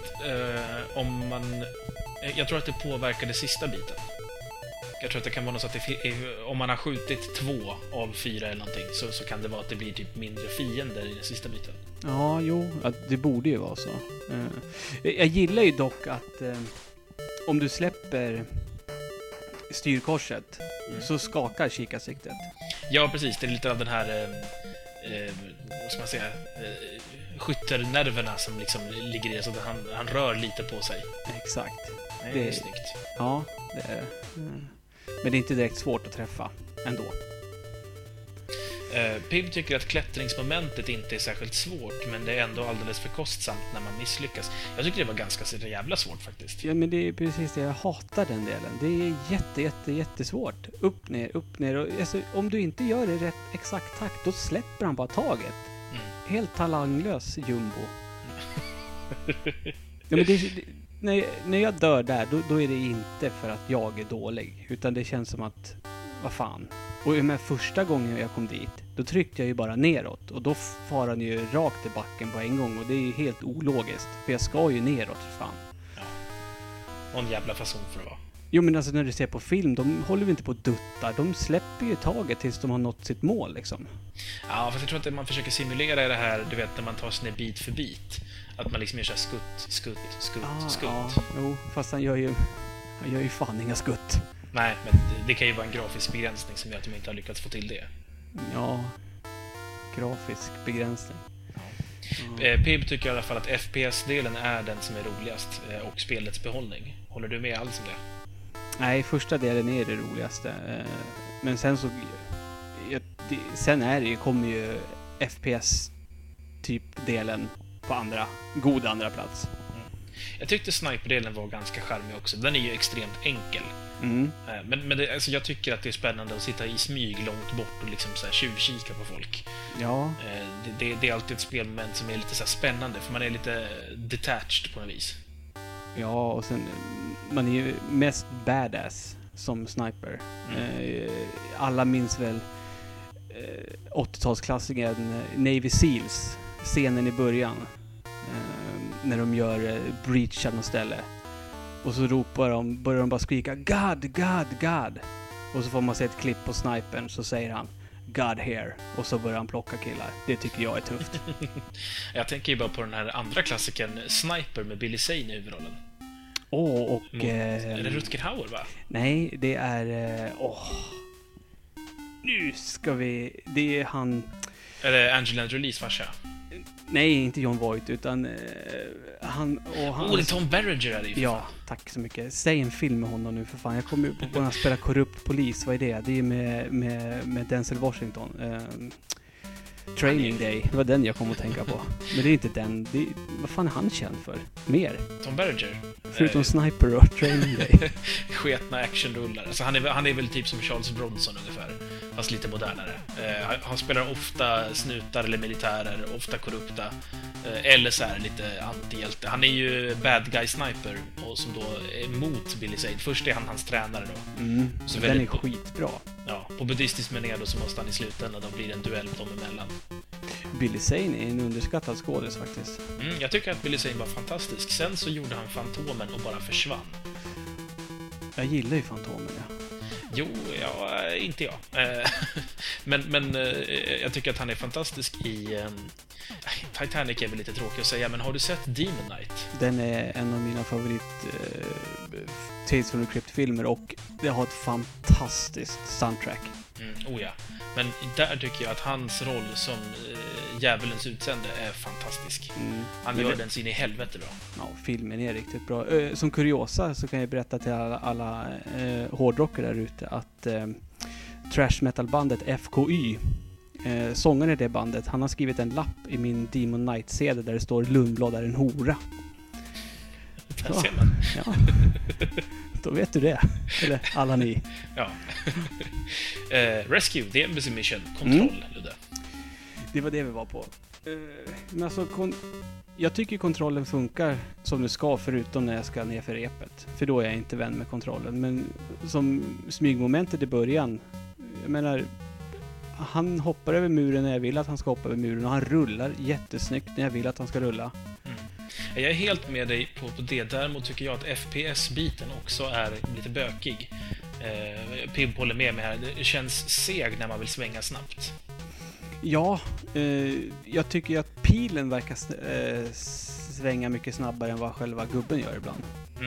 jag tror att det påverkar det sista biten. Jag tror att det kan vara något så att om man har skjutit 2 av 4 eller någonting, så kan det vara att det blir typ mindre fiender i den sista biten. Ja, jo, det borde ju vara så. Jag gillar ju dock att om du släpper styrkorset så skakar kikarsiktet. Ja, precis. Det är lite av den här vad ska man säga, skytternerverna som liksom ligger i det, så att han rör lite på sig. Exakt. Det är snyggt. Ja, det är det. Men det är inte direkt svårt att träffa ändå. Pim tycker att klättringsmomentet inte är särskilt svårt, men det är ändå alldeles för kostsamt när man misslyckas. Jag tycker det var ganska jävla svårt faktiskt. Ja, men det är precis det. Jag hatar den delen. Det är jättesvårt. Upp, ner. Och, alltså, om du inte gör det i rätt exakt takt, då släpper han bara taget. Helt talanglös jumbo. Ja, men när jag dör där, då är det inte för att jag är dålig. Utan det känns som att, vad fan. Och med första gången jag kom dit, då tryckte jag ju bara neråt. Och då far han ju rakt i backen på en gång. Och det är ju helt ologiskt. För jag ska ju neråt, för fan. Ja. Och en jävla fason för att vara. Jo, men alltså när du ser på film, de håller vi inte på att dutta. De släpper ju taget tills de har nått sitt mål, liksom. Ja, fast jag tror att man försöker simulera det här, du vet, när man tar sig ner bit för bit. Att man liksom gör så här skutt. Ja, jo, fast han gör ju fan inga skutt. Nej, men det kan ju vara en grafisk begränsning som gör att de inte har lyckats få till det. Ja, grafisk begränsning. Pib tycker i alla fall att FPS-delen är den som är roligast och spelets behållning. Håller du med alls om det? Nej, första delen är det roligaste. Men sen så... kommer ju FPS-typ-delen på andra plats. Jag tyckte sniperdelen var ganska charmig också. Den är ju extremt enkel. Men alltså, jag tycker att det är spännande att sitta i smyg långt bort och liksom så här tjuvkika på folk. Ja. Det är alltid ett spelmoment som är lite så här spännande, för man är lite detached på något vis. Ja, och sen man är ju mest badass som sniper. Alla minns väl 80-talsklassikern Navy Seals, scenen i början när de gör breachar något ställe. Och så börjar de bara skrika God, God, God. Och så får man se ett klipp på snipern, så säger han God here. Och så börjar han plocka killar. Det tycker jag är tufft. Jag tänker ju bara på den här andra klassikern Sniper med Billy Zane i huvudrollen. Är det Rutger Hauer, va? Nej, det är... Nu ska vi... Det är han... Är det Angelina Jolies farsa? Nej, inte John Voight, utan han... det är Tom Berenger är det ju. Ja, tack så mycket. Säg en film med honom nu, för fan. Jag kommer ju på när han spelar korrupt polis. Vad är det? Det är med Denzel Washington. Training Day. Det var den jag kom att tänka på. Men det är inte den. Vad fan är han känd för? Mer? Tom Berenger? Förutom Sniper och Training Day. Sketna actionrullar. Alltså han är väl typ som Charles Bronson ungefär. Fast lite modernare. Han spelar ofta snutar eller militärer, ofta korrupta. Eller så här lite antihjälte. Han är ju bad guy sniper, och som då är mot Billy Zane. Först är han hans tränare då. Så den är skitbra. Ja, på buddhistisk manér då, så måste han i slutändan då blir det en duell dem emellan. Billy Zane är en underskattad skådis faktiskt. Jag tycker att Billy Zane var fantastisk. Sen så gjorde han Fantomen och bara försvann. Jag gillar ju Fantomen, ja. Jo, inte jag. men jag tycker att han är fantastisk i... Titanic är väl lite tråkigt att säga, men har du sett Demon Knight? Den är en av mina favorit Tales from the Crypt-filmer, och det har ett fantastiskt soundtrack. Ja. Men där tycker jag att hans roll som djävulens utsände är fantastisk. Han gör den sin i helvete bra. Ja, filmen är riktigt bra. Som kuriosa så kan jag berätta till alla hårdrockare där ute att thrash metal-bandet FKY, sångaren i det bandet, han har skrivit en lapp i min Demon Knight-CD där det står Lundblad är en hora. Där ser man. Ja. Då vet du det. Eller alla ni. Ja. Rescue, The Embassy Mission, kontroll, Ludde. Det var det vi var på. Men alltså, jag tycker kontrollen funkar som det ska, förutom när jag ska ner för repet. För då är jag inte vän med kontrollen. Men som smygmomentet i början, jag menar, han hoppar över muren när jag vill att han ska hoppa över muren och han rullar jättesnyggt när jag vill att han ska rulla. Jag är helt med dig på det. Däremot tycker jag att FPS-biten också är lite bökig. Pib håller med mig här. Det känns seg när man vill svänga snabbt. Ja, jag tycker att pilen verkar svänga mycket snabbare än vad själva gubben gör ibland.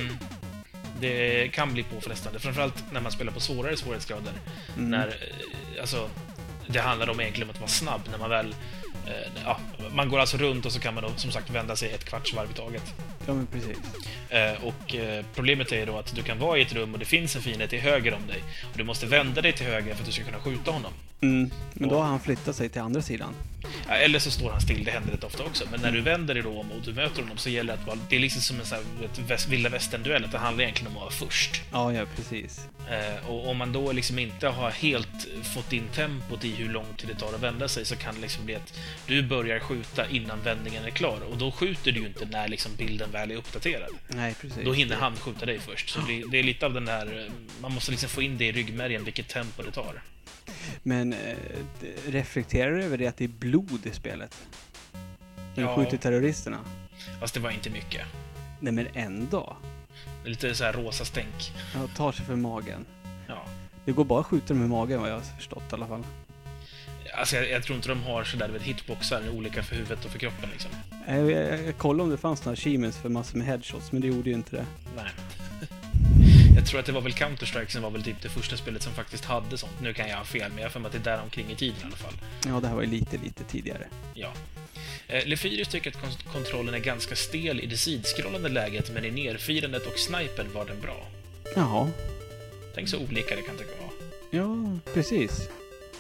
Det kan bli påfrestande, framförallt när man spelar på svårare svårighetsgrader. När, alltså, det handlar om egentligen att vara snabb när man väl... man går alltså runt och så kan man då, som sagt, vända sig ett kvarts varv i taget. Ja, men precis. Problemet är då att du kan vara i ett rum och det finns en fiende till höger om dig. Och du måste vända dig till höger för att du ska kunna skjuta honom. Men då har han flyttat sig till andra sidan. Eller så står han still, det händer rätt ofta också. Men när du vänder dig då om och du möter honom så gäller det att det är liksom som en sån här vilda västern-duell, att det handlar egentligen om att vara först. Ja, precis. Och om man då liksom inte har helt fått in tempot i hur lång tid det tar att vända sig, så kan det liksom bli att du börjar skjuta innan vändningen är klar. Och då skjuter du ju inte när liksom bilden väl är uppdaterad. Nej, precis. Då hinner han skjuta dig först. Så det är lite av den där... Man måste liksom få in det i ryggmärgen, vilket tempo det tar. Men reflekterar du över det att det är blod i spelet? När du skjuter terroristerna? Fast det var inte mycket. Nej, men ändå. Det är lite så här rosa stänk. Ja, tar sig för magen. Ja. Det går bara att skjuta dem i magen, vad jag har förstått i alla fall. Alltså jag tror inte de har sådär hitboxar olika för huvudet och för kroppen liksom. Jag kollade om det fanns några achievements för massor med headshots, men det gjorde ju inte det. Nej. Jag tror att det var väl Counter-Strike som var väl typ det första spelet som faktiskt hade sånt. Nu kan jag ha fel, men jag har för mig att det är där omkring i tiden i alla fall. Ja, det här var ju lite tidigare. Ja. Lefyrus tycker att kontrollen är ganska stel i det sidskrollande läget, men i nerfirandet och snipern var den bra. Jaha. Tänk så olika det kan tycka vara. Ja, precis.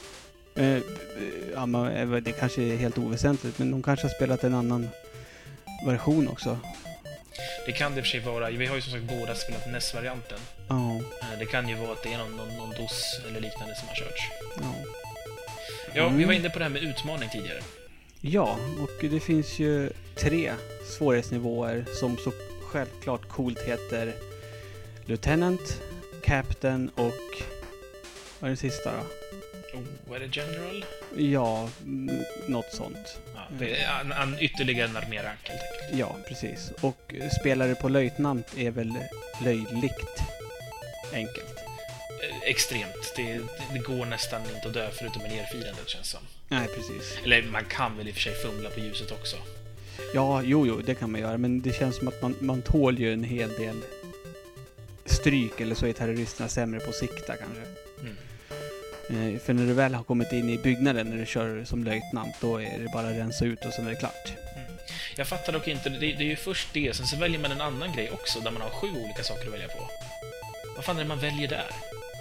Det kanske är helt oväsentligt, men de kanske har spelat en annan version också. Det kan det för sig vara. Vi har ju som sagt båda spelat NES-varianten. Ja. Det kan ju vara att det är någon DOS eller liknande som har körts. Ja, vi var inne på det här med utmaning tidigare. Ja, och det finns ju 3 svårighetsnivåer som så självklart coolt heter Lieutenant, Captain och... Vad är det sista då? Är det General? Ja, något sånt. Ja, det är ytterligare en armérank helt enkelt. Ja, precis. Och spelare på löjtnant är väl löjligt enkelt. Extremt. Det går nästan inte att dö förutom en nerfirandet, känns som. Nej, precis. Eller man kan väl i och för sig fumla på ljuset också. Ja, jo, det kan man göra. Men det känns som att man tål ju en hel del stryk, eller så är terroristerna sämre på att sikta kanske. För när du väl har kommit in i byggnaden när du kör som löjtnant, då är det bara att rensa ut och sen är det klart. Jag fattar dock inte, det är ju först det, sen så väljer man en annan grej också där man har 7 olika saker att välja på. Vad fan är det man väljer där?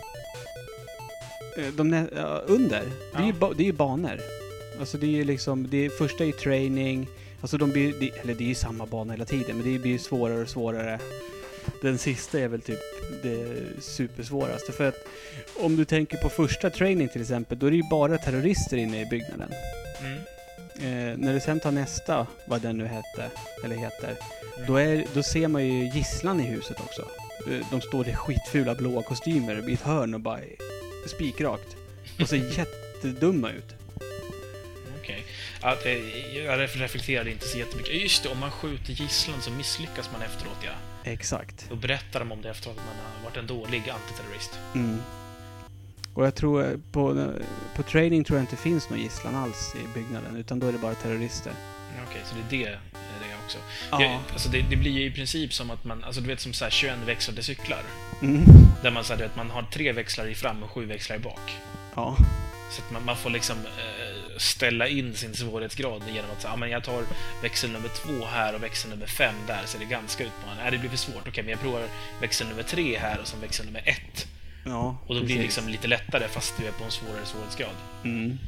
Under? Ja. Det är ju banor. Alltså det är ju liksom, det första är training, alltså det är ju samma bana hela tiden, men det blir ju svårare och svårare. Den sista är väl typ det supersvåraste, för att om du tänker på första training till exempel, då är det ju bara terrorister inne i byggnaden. När du sen tar nästa, vad den nu heter, då ser man ju gisslan i huset också. De står i skitfula blåa kostymer i ett hörn och bara spikrakt. Och ser jättedumma ut. Okej. Jag reflekterade inte så jättemycket. Just det, om man skjuter gisslan så misslyckas man efteråt, ja. Exakt. Då berättar de om det efteråt att man har varit en dålig antiterrorist. Och jag tror på training tror jag inte finns någon gisslan alls i byggnaden, utan då är det bara terrorister. Okej, så det är det också. Ja. Alltså det blir ju i princip som att man, alltså du vet, som så här 21 växlade cyklar. Där man säger att man har 3 växlar i fram och 7 växlar i bak. Ja. Så att man får liksom ställa in sin svårighetsgrad genom att säga, men jag tar växel nummer 2 här och växel nummer 5 där, så det är ganska utmanande. Nej, det blir för svårt. Okej, men jag provar växel nummer 3 här och sen växel nummer 1. Ja, och då blir det liksom lite lättare fast du är på en svårare svårighetsgrad. Mm.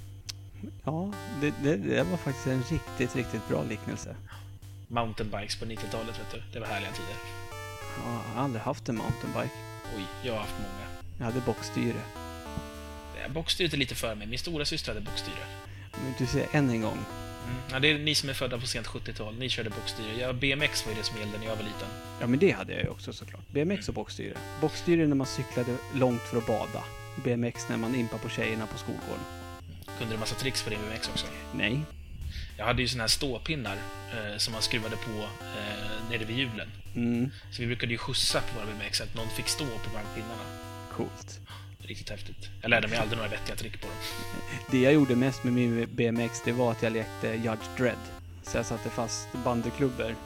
Ja, det var faktiskt en riktigt bra liknelse. Mountainbikes på 90-talet, vet du. Det var härliga tider. Ja, jag har aldrig haft en mountainbike. Oj, jag har haft många. Jag hade bockstyre. Bockstyret är lite för mig. Min stora syster hade bockstyre. Men du ser än en gång. Ja, det är ni som är födda på sent 70-tal. Ni körde bockstyre. BMX var ju det som gällde när jag var liten. Ja, men det hade jag ju också såklart. BMX och bockstyre. Bockstyre när man cyklade långt för att bada. BMX när man impade på tjejerna på skolgården. Kunde du massa tricks på din BMX också? Nej. Jag hade ju såna här ståpinnar som man skruvade på nere vid hjulen. Så vi brukade ju skjutsa på våra BMX så att någon fick stå på pinnarna. Coolt. Riktigt häftigt. Jag lärde mig aldrig några vettiga trick på dem. Det jag gjorde mest med min BMX, det var att jag lekte Judge Dredd. Så jag satte fast bandyklubbor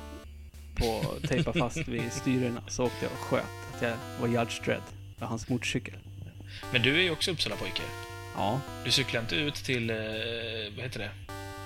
på tejpa fast vid styrerna. Så åkte jag och sköt att jag var Judge Dredd. Det var hans motorcykel. Men du är ju också Uppsala-pojke. Ja. Du cyklar inte ut till, vad heter det?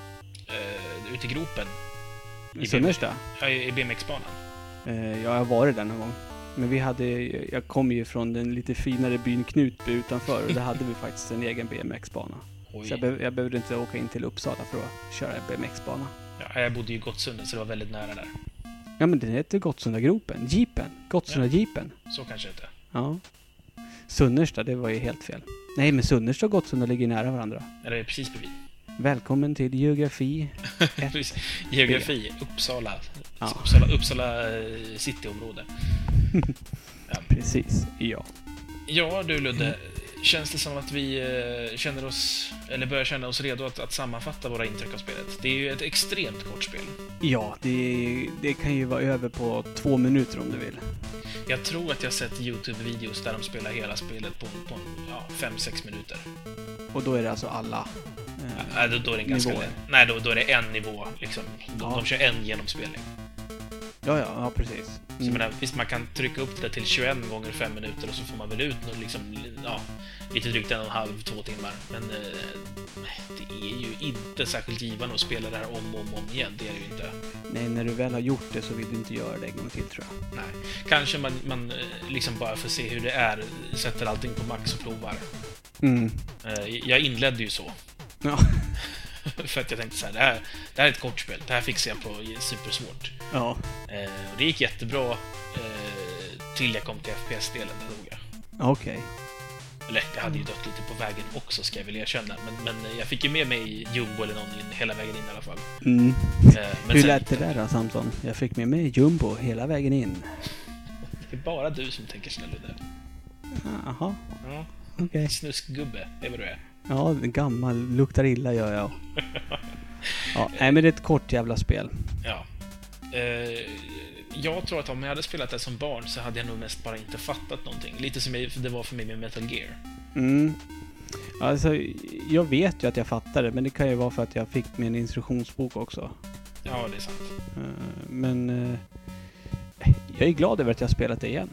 Ut i gropen. I Sunnersta? Ja, i BMX-banan. Jag har varit där någon gång. Men jag kom ju från den lite finare byn Knutby utanför och där hade vi faktiskt en egen BMX-bana. Oj. Så jag behövde inte åka in till Uppsala för att köra en BMX-bana. Ja, jag bodde ju i Gottsunda så det var väldigt nära där. Ja, men den heter Gottsunda-gropen. Jeepen. Gottsunda-jeepen. Så kanske det. Ja. Sunnersta, det var ju helt fel. Nej, men Sunnersta och Gottsunda ligger nära varandra. Ja, det är precis bredvid. Välkommen till geografi. Geografi, Uppsala. Ja. Uppsala cityområde. Ja. Precis, ja. Ja, du Ludde. Känns det som att vi känner oss, eller börjar känna oss redo att sammanfatta våra intryck av spelet? Det är ju ett extremt kort spel. Ja, det kan ju vara över på 2 minuter om du vill. Jag tror att jag sett YouTube-videos där de spelar hela spelet på 5-6 minuter. Och då är det alltså alla då är det en ganska nej, då är det en nivå. Liksom. De kör en genomspelning. Ja, precis. Så menar, visst, man kan trycka upp det till 21 gånger 5 minuter och så får man väl ut liksom, lite drygt 1,5-2 timmar. Men det är ju inte särskilt givande att spela det här om igen. Det är det ju inte. Nej, när du väl har gjort det så vill du inte göra det en gång till, tror jag. Nej. Kanske man liksom bara för att se hur det är sätter allting på max och provar. Jag inledde ju så. Ja. För att jag tänkte så här, det här är ett kortspel. Det här fixar jag på supersvårt. Ja. Och det gick jättebra till jag kom till FPS-delen. Okej. Eller, jag hade ju dött lite på vägen också, ska jag väl erkänna. Men jag fick ju med mig Jumbo eller någon hela vägen in i alla fall. Men hur sen, lät det där då, Samson? Jag fick med mig Jumbo hela vägen in. Det är bara du som tänker snälla där. Jaha. Ja. Okej. Snuskgubbe, det är vad du är. Ja, gammal, luktar illa gör jag. Ja, nej, men det är ett kort jävla spel. Ja. Jag tror att om jag hade spelat det som barn så hade jag nog mest bara inte fattat någonting. Lite som det var för mig med Metal Gear. Alltså, jag vet ju att jag fattar det, men det kan ju vara för att jag fick med en instruktionsbok också. Ja, det är sant. Men jag är glad över att jag har spelat det igen.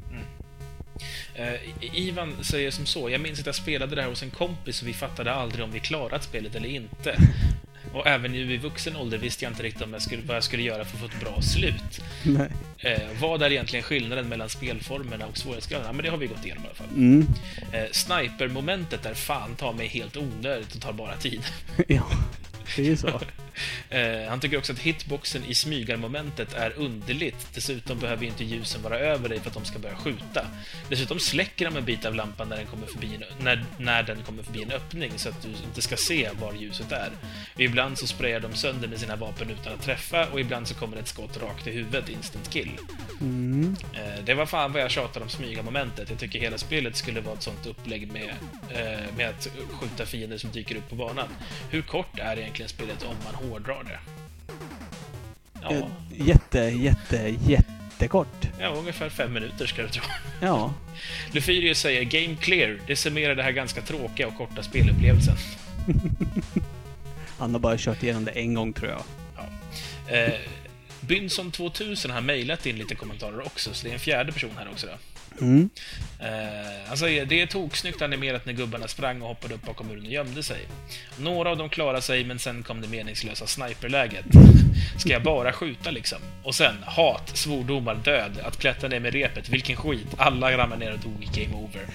Ivan säger som så: jag minns att jag spelade det här hos en kompis och vi fattade aldrig om vi klarat spelet eller inte. Och även nu i vuxen ålder visste jag inte riktigt vad jag skulle göra för att få ett bra slut. Nej. Vad är egentligen skillnaden mellan spelformerna och svårighetsgraderna? Men det har vi gått igenom i alla fall. Sniper-momentet är fan ta mig helt onödigt och tar bara tid. Ja, det är ju så. Han tycker också att hitboxen i smygarmomentet är underligt. Dessutom behöver inte ljusen vara över dig för att de ska börja skjuta. Dessutom släcker de en bit av lampan när den kommer förbi när den kommer förbi en öppning så att du inte ska se var ljuset är. Och ibland så sprayar de sönder med sina vapen utan att träffa och ibland så kommer ett skott rakt i huvudet, instant kill. Det var fan vad jag tjatade om smygarmomentet. Jag tycker hela spelet skulle vara ett sånt upplägg med att skjuta fiender som dyker upp på banan. Hur kort är egentligen spelet om man hårdrar det? Ja. Jättekort. Ja, ungefär 5 minuter ska du tro. Ja. Lefyrius säger Game Clear. Det summerar det här ganska tråkiga och korta spelupplevelsen. Han har bara kört igenom det en gång, tror jag. Ja. Bynson 2000 har mejlat in lite kommentarer också, så det är en fjärde person här också då. Han säger, det är toksnyggt animerat när gubbarna sprang och hoppade upp bakom muren och gömde sig. Några av dem klarade sig, men sen kom det meningslösa sniperläget. Ska jag bara skjuta liksom? Och sen, hat, svordomar, död, att klättra ner med repet, vilken skit. Alla ramlade ner och dog i game over.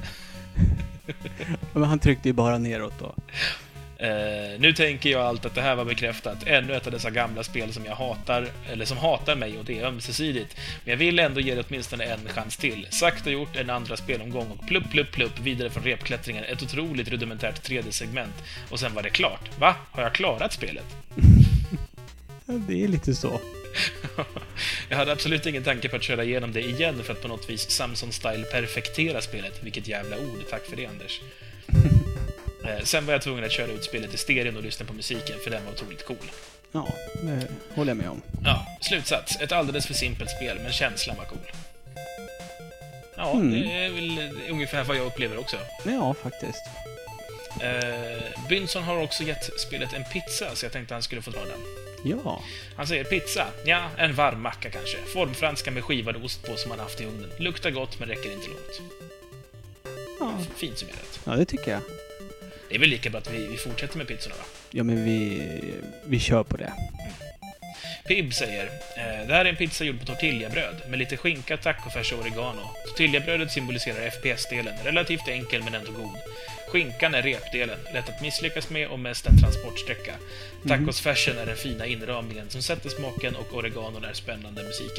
Men han tryckte ju bara neråt då. Nu tänker jag allt att det här var bekräftat. Ännu ett av dessa gamla spel som jag hatar, eller som hatar mig, och det är ömsesidigt. Men jag vill ändå ge det åtminstone en chans till. Sagt och gjort, en andra spelomgång och plupp vidare från repklättringen. Ett otroligt rudimentärt 3D-segment. Och sen var det klart. Va? Har jag klarat spelet? Ja, det är lite så. Jag hade absolut ingen tanke på att köra igenom det igen för att på något vis Samson-style perfektera spelet. Vilket jävla ord. Tack för det, Anders. Sen var jag tvungen att köra ut spelet i stereon och lyssna på musiken, för den var otroligt cool. Ja, det håller jag med om. Ja, slutsats. Ett alldeles för simpelt spel, men känslan var cool. Ja, det är väl ungefär vad jag upplever också. Ja, faktiskt. Bynson har också gett spelet en pizza, så jag tänkte han skulle få dra den. Ja. Han säger pizza. Ja, en varm macka kanske. Formfranska med skivad ost på som man haft i ugnen. Luktar gott, men räcker inte långt. Ja. Fint summerat. Ja, det tycker jag. Det är väl lika bra att vi fortsätter med pizzorna, va? Ja, men vi kör på det. Pib säger, det här är en pizza gjord på tortillabröd med lite skinka, tacofärs och oregano. Tortillabrödet symboliserar FPS-delen, relativt enkel men ändå god. Skinkan är repdelen, lätt att misslyckas med och mest en transportsträcka. Tacosfärsen är den fina inramningen som sätter smaken och oreganon är spännande musiken.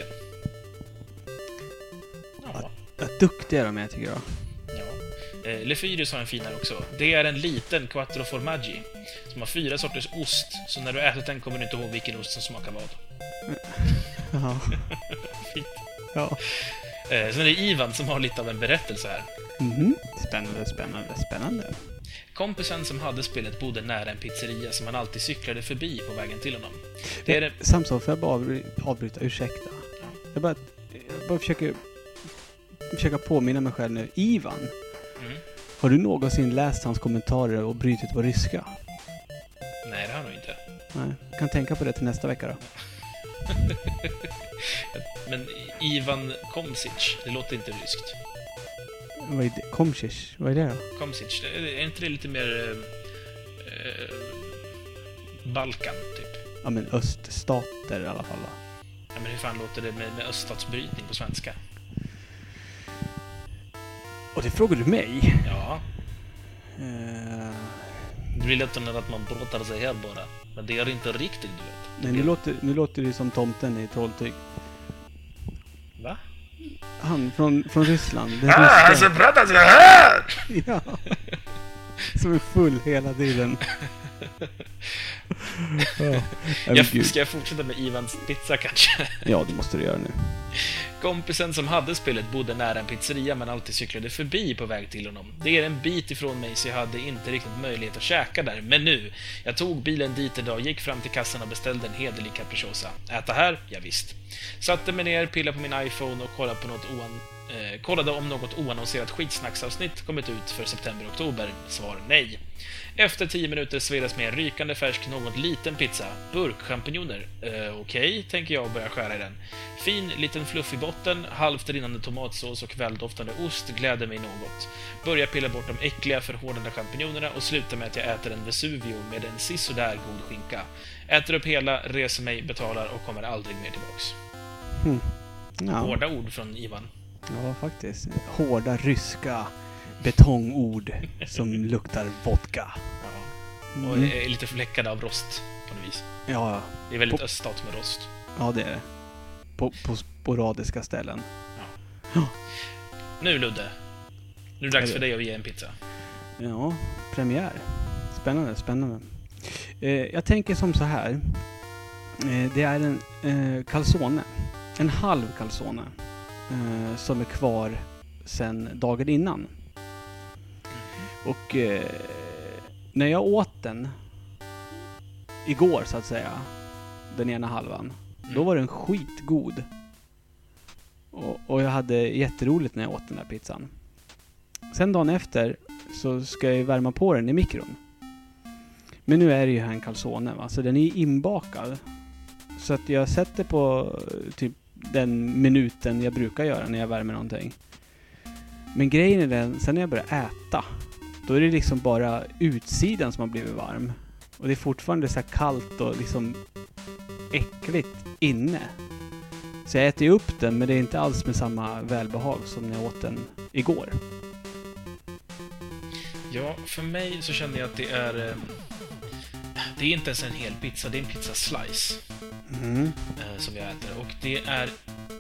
Ja. Vad duktiga de är, tycker jag. Ja. Lefyrius har en finare också. Det är en liten quattro formaggi som har 4 sorters ost, så när du ätit den kommer du inte ihåg vilken ost som smakar vad. Ja. Fint. Ja. Sen är det Ivan som har lite av en berättelse här. Spännande. Kompisen som hade spelet bodde nära en pizzeria som han alltid cyklade förbi på vägen till honom. Det är Samson, får jag bara avbryta? Ursäkta. Ja. Jag bara försöka påminna mig själv nu. Ivan, har du någonsin läst hans kommentarer och brytit på ryska? Nej, det har jag nog inte. Nej, jag kan tänka på det till nästa vecka då. Men Ivan Komsic, det låter inte ryskt. Vad är det? Komsic? Vad är det då? Komsic, är inte det lite mer Balkan, typ? Ja, men öststater i alla fall då. Ja, men hur fan låter det med öststatsbrytning på svenska? Och det frågar du mig? Ja. Det blir lätt att man pratar sig här bara. Men det är inte riktigt, du vet. Nej, nu låter det som tomten i Trolltyg. Va? Han från Ryssland. Alltså pratar så här! Ja. Som är full hela tiden. Ja. Ska jag fortsätta med Ivans pizza kanske? Ja, det måste du göra nu. Kompisen som hade spelet bodde nära en pizzeria men alltid cyklade förbi på väg till honom. Det är en bit ifrån mig så jag hade inte riktigt möjlighet att käka där. Men nu, jag tog bilen dit idag, gick fram till kassan och beställde en hederlig capricciosa. Äta här? Ja, visst. Satte mig ner, pillade på min iPhone och kollade om något oannonserat skitsnacksavsnitt kommit ut för september-oktober. Svar nej. Efter 10 minuter svedas med en rykande färsk, något liten pizza. Burkchampinjoner. Okej, tänker jag och börjar skära i den. Fin, liten fluffig botten, halvt rinnande tomatsås och väldoftande ost gläder mig något. Börjar pilla bort de äckliga, förhårdande champinjonerna och slutar med att jag äter en Vesuvio med en sisådär god skinka. Äter upp hela, reser mig, betalar och kommer aldrig mer tillbaks. Ja. Hårda ord från Ivan. Ja, faktiskt. Hårda ryska betongord som luktar vodka. Ja. Och är lite fläckade av rost på något vis. Ja. Det är väldigt öststat med rost. Ja, det är det. På sporadiska ställen. Ja. Nu, Ludde. Nu är det dags för dig att ge en pizza. Ja, premiär. Spännande. Jag tänker som så här. Det är en calzone. En halv calzone. Som är kvar sen dagen innan. Och när jag åt den igår så att säga, den ena halvan, då var den skitgod. Och jag hade jätteroligt när jag åt den där pizzan. Sen dagen efter så ska jag värma på den i mikron. Men nu är det ju här en calzone, va? Så den är inbakad. Så att jag sätter på typ den minuten jag brukar göra när jag värmer någonting. Men grejen är den, sen när jag börjar äta, då är det liksom bara utsidan som har blivit varm. Och det är fortfarande så här kallt och liksom äckligt inne. Så jag äter ju upp den, men det är inte alls med samma välbehag som när jag åt den igår. Ja, för mig så känner jag att det är inte ens en hel pizza, det är en pizza slice som jag äter. Och det är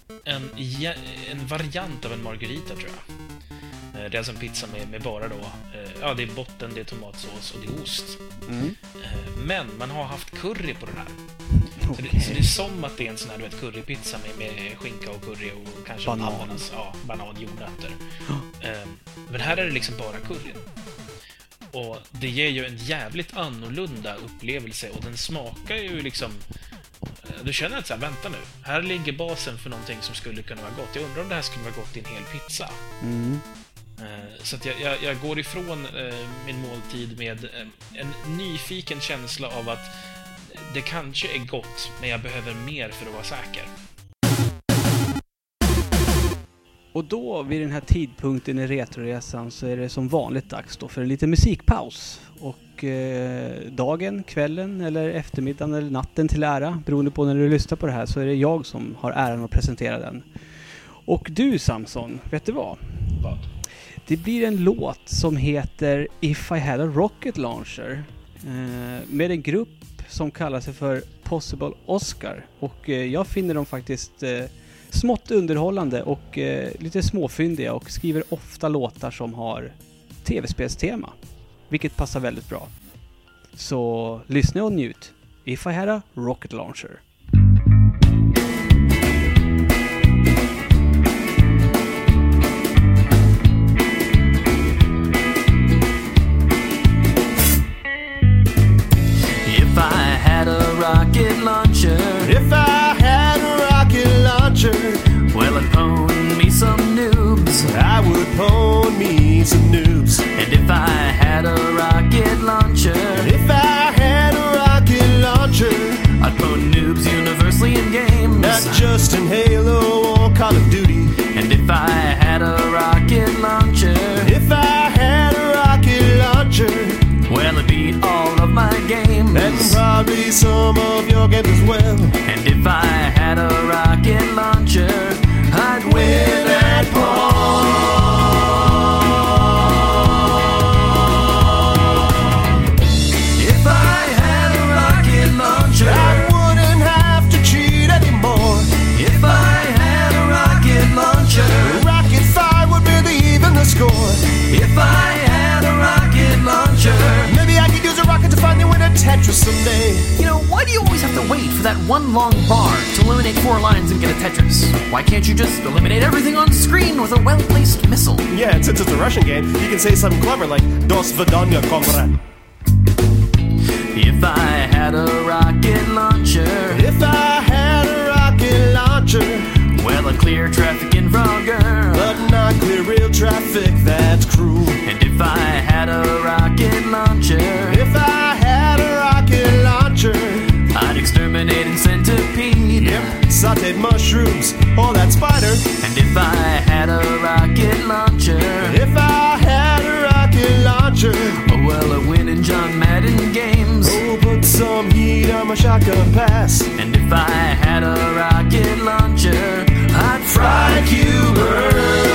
en variant av en margarita, tror jag. Det är alltså en pizza med bara då, det är botten, det är tomatsås och det är ost. Men man har haft curry på den här. Okay. Så det är som att det är en sån här, du vet, currypizza med skinka och curry och kanske banan, jordnötter. Men här är det liksom bara curry. Och det ger ju en jävligt annorlunda upplevelse, och den smakar ju liksom... Du känner att så här, vänta nu, här ligger basen för någonting som skulle kunna vara gott. Jag undrar om det här skulle vara gott i en hel pizza. Så att jag går ifrån min måltid med en nyfiken känsla av att det kanske är gott, men jag behöver mer för att vara säker. Och då, vid den här tidpunkten i Retroresan, så är det som vanligt dags då för en liten musikpaus. Och dagen, kvällen eller eftermiddagen eller natten till ära, beroende på när du lyssnar på det här, så är det jag som har äran att presentera den. Och du, Samson, vet du vad? Vad? Det blir en låt som heter If I Had a Rocket Launcher med en grupp som kallar sig för Possible Oscar. Och jag finner dem faktiskt smått underhållande och lite småfyndiga, och skriver ofta låtar som har tv-spelstema, vilket passar väldigt bra. Så lyssna och njut. If I Had a Rocket Launcher. If I had a rocket launcher, If I had a rocket launcher, well, I'd pwn me some noobs. I would pwn me some noobs. And if I had a rocket launcher, If I had a rocket launcher, I'd pwn noobs universally in games. not just in Halo or Call of Duty. And if I had a rocket launcher, If I had a rocket launcher, well, I'd beat all of my games. and probably some of your games as well. And if I had a rocket launcher, I'd win at pawn. If I had a rocket launcher, I wouldn't have to cheat anymore. if I had a rocket launcher, Rocket Fire would really even the score. if I had a rocket launcher. Maybe I could use a rocket to find the winner Tetris someday. You know, why do you always have to wait for that one long bar to eliminate 4 lines and get a Tetris? Why can't you just eliminate everything on screen with a well-placed missile? Yeah, and since it's a Russian game, you can say something clever like Dos Vidania Comrade. If I had a rocket launcher, If I had a rocket launcher, well, I'd clear traffic in Frogger. but not clear real traffic, that's cruel. And if I had a rocket launcher, If I had a rocket launcher, I'd exterminate a centipede. yep, sauteed mushrooms, or that spider. And if I had a rocket launcher, If I had a rocket launcher, oh, well, I'd win in John Madden games. oh, put some heat on my shotgun pass. And if I had a rocket launcher, I'd fry Cuber.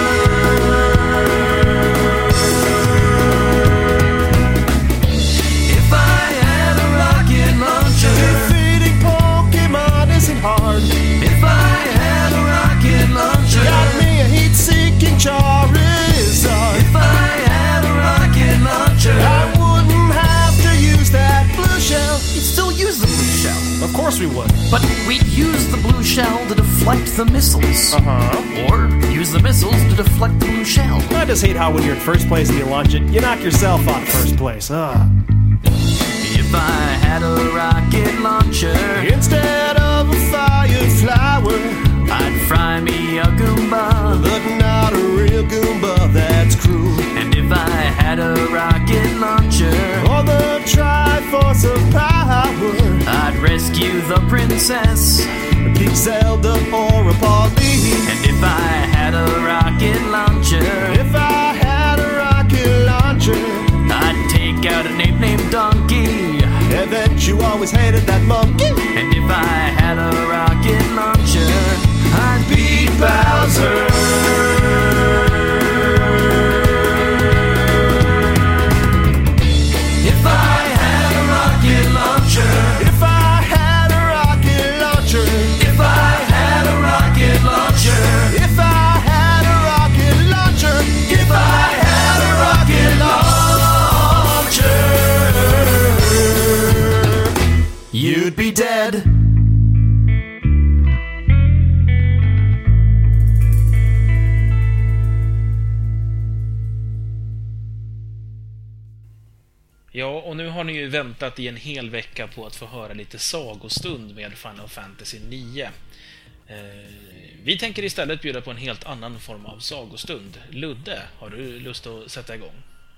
If I had a rocket launcher, Defeating Pokemon isn't hard. if I had a rocket launcher, Got me a heat-seeking Charizard. if I had a rocket launcher, I wouldn't have to use that blue shell. you'd still use the blue shell. Of course we would. But we'd use the blue shell to deflect the missiles. Uh-huh. Or use the missiles to deflect the blue shell. I just hate how when you're in first place and you launch it, you knock yourself out of first place. If I had a rocket launcher, Instead of a fire flower, I'd fry me a Goomba. but not a real Goomba, that's cruel. And if I had a rocket launcher, Or the Triforce of Power, I'd rescue the princess. Big Zelda or a Pauline. And if I had a rocket launcher, If I you always hated that monkey. And if I had a rocket launcher, I'd beat Bowser. If I had a rocket launcher, If I had a rocket launcher, if I had a rocket launcher, if I had a rocket launcher, if I had a rocket launcher, you'd be dead. Ja, och nu har ni ju väntat i en hel vecka på att få höra lite sagostund med Final Fantasy 9. Vi tänker istället bjuda på en helt annan form av sagostund. Ludde, har du lust att sätta igång?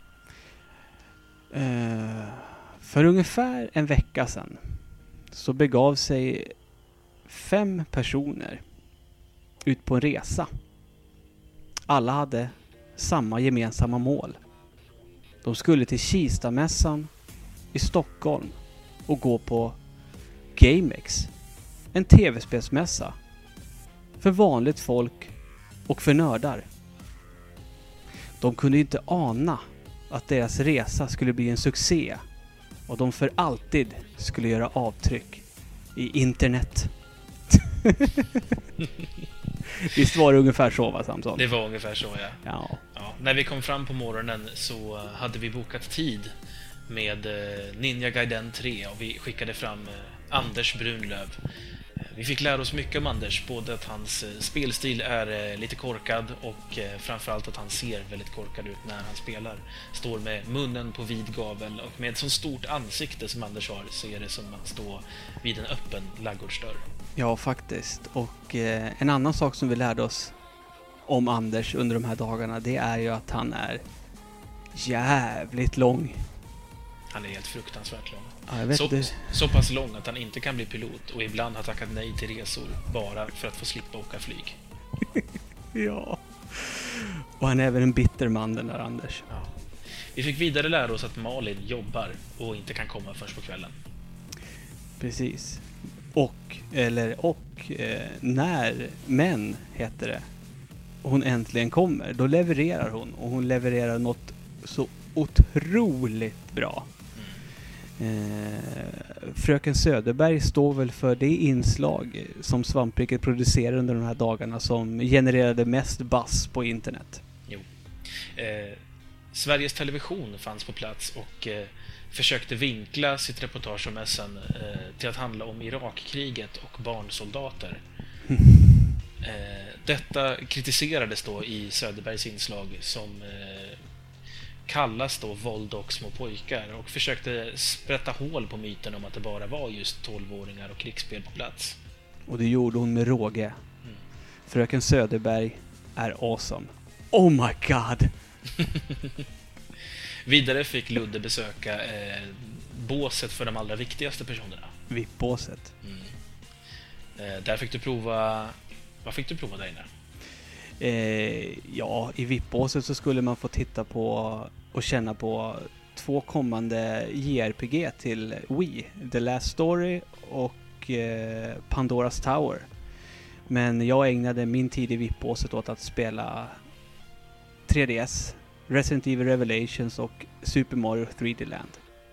För ungefär en vecka sedan så begav sig 5 personer ut på en resa. Alla hade samma gemensamma mål. De skulle till Kistamässan i Stockholm och gå på GameX, en tv-spelsmässa för vanligt folk och för nördar. De kunde inte ana att deras resa skulle bli en succé och de för alltid skulle göra avtryck i internet. Visst var det ungefär så, va, Samson? Det var ungefär så, ja. Ja. Ja, när vi kom fram på morgonen så hade vi bokat tid med Ninja Gaiden 3 och vi skickade fram Anders Brunlöv. Vi fick lära oss mycket om Anders, både att hans spelstil är lite korkad och framförallt att han ser väldigt korkad ut när han spelar. Står med munnen på vid gavel och med ett så stort ansikte som Anders har så är det som att stå vid en öppen ladugårdsdörr. Ja, faktiskt. Och en annan sak som vi lärde oss om Anders under de här dagarna, det är ju att han är jävligt lång. Han är helt fruktansvärt lång. Ja, jag vet det. Så pass lång att han inte kan bli pilot och ibland har tackat nej till resor bara för att få slippa åka flyg. Ja. Och han är även en bitter man, den där Anders. Ja. Vi fick vidare lära oss att Malin jobbar och inte kan komma först på kvällen. Precis. När män heter det, hon äntligen kommer, då levererar hon. Och hon levererar något så otroligt bra. Fröken Söderberg står väl för det inslag som Svampriket producerade under de här dagarna som genererade mest buzz på internet. Jo. Sveriges Television fanns på plats och försökte vinkla sitt reportage om mässan till att handla om Irakkriget och barnsoldater. Detta kritiserades då i Söderbergs inslag som kallas då våld och små pojkar och försökte sprätta hål på myten om att det bara var just 12-åringar och krigsspel på plats. Och det gjorde hon med råge. Fröken Söderberg är awesome. Oh my god! Vidare fick Ludde besöka båset för de allra viktigaste personerna. VIP-båset. Där fick du prova... Vad fick du prova där inne? Ja, i VIP-båset så skulle man få titta på och känna på 2 kommande JRPG till Wii. The Last Story och Pandora's Tower. Men jag ägnade min tid i VIP-båset åt att spela 3DS, Resident Evil Revelations och Super Mario 3D Land.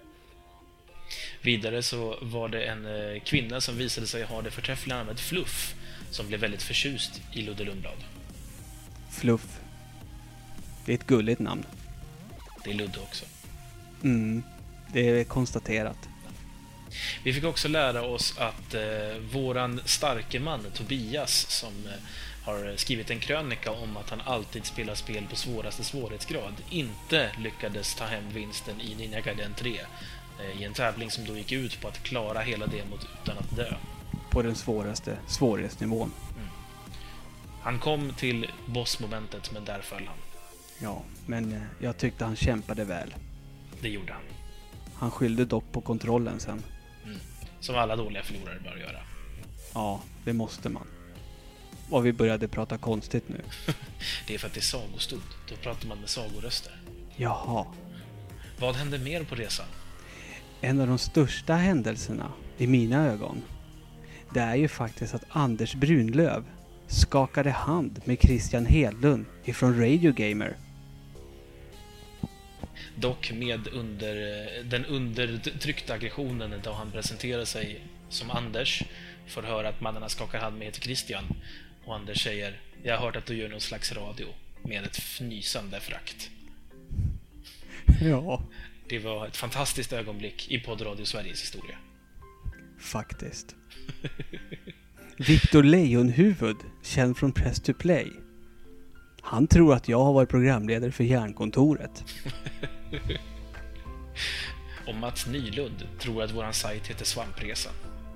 Vidare så var det en kvinna som visade sig ha det förträffliga namnet Fluff som blev väldigt förtjust i Ludde Lundblad. Fluff. Det är ett gulligt namn. Det är Ludde också. Det är konstaterat. Vi fick också lära oss att våran starke man Tobias som har skrivit en krönika om att han alltid spelar spel på svåraste svårighetsgrad inte lyckades ta hem vinsten i Ninja Gaiden 3 i en tävling som då gick ut på att klara hela demot utan att dö. På den svåraste svårighetsnivån. Han kom till bossmomentet, men där föll han. Ja, men jag tyckte han kämpade väl. Det gjorde han. Han skyllde dock på kontrollen sen. Som alla dåliga förlorare bör göra. Ja, det måste man. Och vi började prata konstigt nu. Det är för att det är sagostund. Då pratar man med sagoröster. Jaha. Vad hände mer på resan? en av de största händelserna i mina ögon, det är ju faktiskt att Anders Brunlöv skakade hand med Christian Hedlund ifrån Radio Gamer. Dock med den undertryckta aggressionen då han presenterar sig som Anders, får höra att mannen han skakar hand med heter Christian, och Anders säger: jag har hört att du gör någon slags radio, med ett fnysande frakt. Ja, Det var ett fantastiskt ögonblick i poddradio Sveriges historia. faktiskt. Victor Lejonhuvud, känd från Press to Play. Han tror att jag har varit programledare för Järnkontoret. Och Mats Nylund tror att våran sajt heter Svampresan.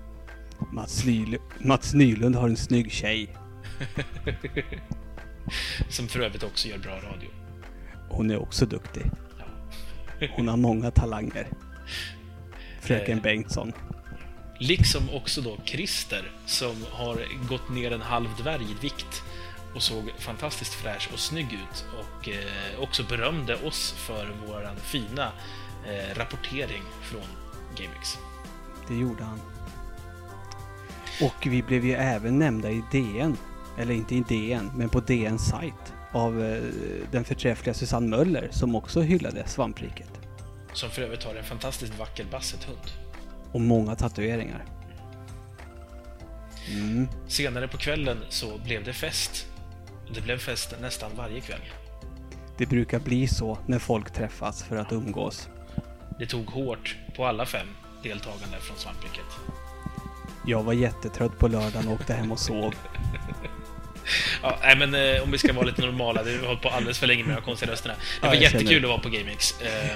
Mats Nylund har en snygg tjej. Som för övrigt också gör bra radio. Hon är också duktig. Ja. Hon har många talanger. Fröken Bengtsson. Liksom också då Christer, som har gått ner en halv dvärg i vikt och såg fantastiskt fräsch och snygg ut, och också berömde oss för våran fina rapportering från GameX. Det gjorde han. Och vi blev ju även nämnda i DN, eller inte i DN, men på DNs sajt, av den förträffliga Susanne Möller, som också hyllade svampriket. Som för övrigt har en fantastiskt vacker bassethund. Och många tatueringar. Senare på kvällen så blev det fest. Det blev fest nästan varje kväll. Det brukar bli så när folk träffas för att umgås. Det tog hårt på alla 5 deltagande från svampriket. Jag var jättetrött på lördagen och åkte hem och sov. Ja, nej, men om vi ska vara lite normala, vi har hållit på alldeles för länge med de konstiga rösterna. Det var jag jättekul känner. att vara på GameX.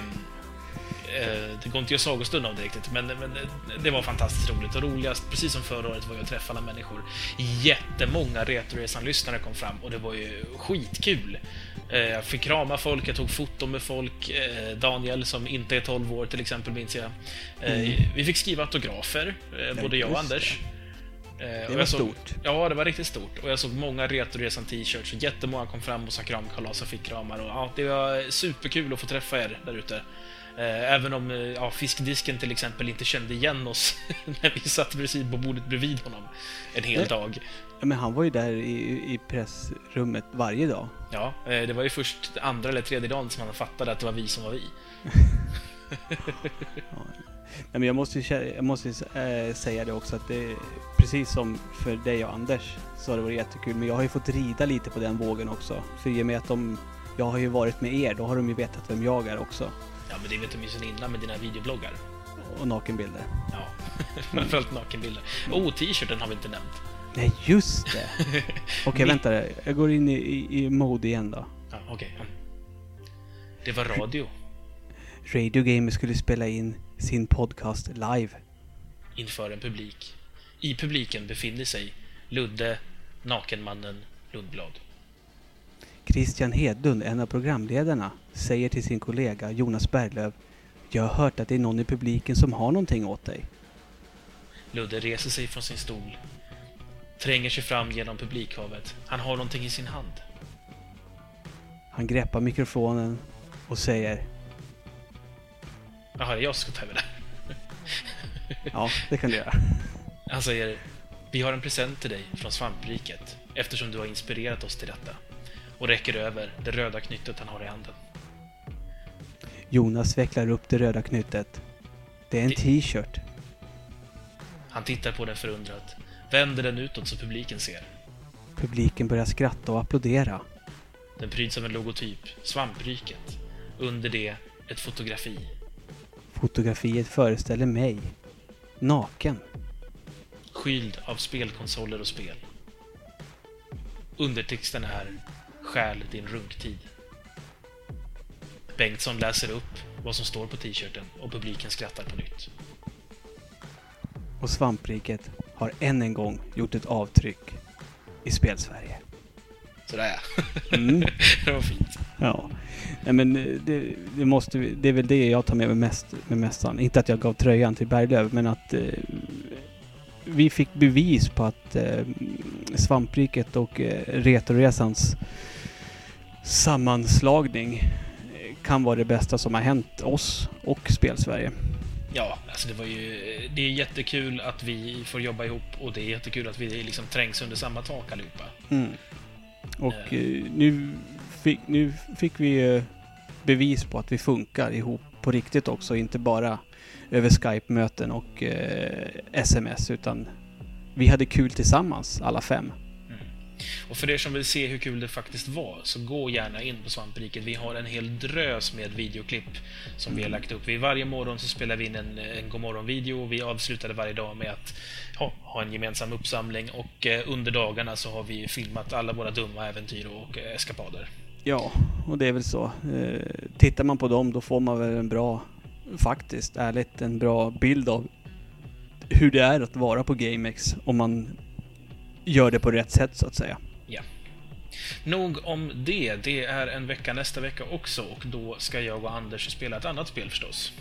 Det går inte att göra sagostund av det riktigt, men det var fantastiskt roligt. Och roligast, precis som förra året, var ju att träffa alla människor. Jättemånga Retroresan-lyssnare kom fram, och det var ju skitkul. Jag fick krama folk, jag tog foton med folk. Daniel, som inte är 12 år till exempel, minns jag. Vi fick skriva autografer, både jag och Anders. Det var stort. Ja, det var riktigt stort. Och jag såg många Retroresan t-shirts, och jättemånga kom fram och sa kramkalas och fick kramar. Och ja, det var superkul att få träffa er där ute. Även om fiskdisken till exempel inte kände igen oss när vi satt precis på bordet bredvid honom en hel dag. Ja, men han var ju där i pressrummet varje dag. Ja, det var ju först andra eller tredje dagen som han fattade att det var vi som var vi. Ja. Nej, men jag måste säga det också, att det, precis som för dig och Anders, så har det varit jättekul. Men jag har ju fått rida lite på den vågen också. För i och med att jag har ju varit med er, då har de ju vetat vem jag är också. Ja, men det vet de ju sen innan med dina videobloggar. Och nakenbilder. Ja, framförallt nakenbilder. T-shirten har vi inte nämnt. Nej, just det. Okej, vänta där. Jag går in i mode igen då. Ja, okej. Det var radio. Radio Gamer skulle spela in sin podcast live. Inför en publik. I publiken befinner sig Ludde, nakenmannen Lundblad. Christian Hedlund, en av programledarna, säger till sin kollega Jonas Berglöf: jag har hört att det är någon i publiken som har någonting åt dig. Ludde reser sig från sin stol, tränger sig fram genom publikhavet. Han har någonting i sin hand. Han greppar mikrofonen och säger: Jaha, jag ska ta över det. ja, det kan du göra. Han säger: vi har en present till dig från svampriket, eftersom du har inspirerat oss till detta. Och räcker över det röda knyttet han har i handen. Jonas vecklar upp det röda knyttet. Det är en t-shirt. Han tittar på den förundrat, vänder den utåt så publiken ser. Publiken börjar skratta och applådera. Den pryds av en logotyp, svampriket. Under det ett fotografi. Fotografiet föreställer mig, naken. Skyld av spelkonsoler och spel. Undertexten är: stjäl din runktid. Bengtsson läser upp vad som står på t-shirten och publiken skrattar på nytt. Och svampriket har än en gång gjort ett avtryck i Spelsverige. Sådär ja. Det var fint. Ja. Nej, men det är väl det jag tar med mig mest med mässan. Inte att jag gav tröjan till Berglöf, men att vi fick bevis på att svampriket och Retroresans sammanslagning kan vara det bästa som har hänt oss och Spelsverige. Ja, alltså det är jättekul att vi får jobba ihop och det är jättekul att vi liksom trängs under samma tak allihopa. Och nu fick vi bevis på att vi funkar ihop på riktigt också, inte bara över Skype-möten och SMS, utan vi hade kul tillsammans, alla 5. Och för er som vill se hur kul det faktiskt var, så gå gärna in på Svampriket. Vi har en hel drös med videoklipp som vi har lagt upp. Varje morgon så spelar vi in en godmorgon-video och vi avslutade varje dag med att ha en gemensam uppsamling, och under dagarna så har vi filmat alla våra dumma äventyr och eskapader. Ja, och det är väl så. Tittar man på dem, då får man väl en bra, faktiskt, ärligt, en bra bild av hur det är att vara på GameX om man gör det på rätt sätt, så att säga. Ja. Nog om det. Det är en vecka nästa vecka också, och då ska jag och Anders spela ett annat spel förstås.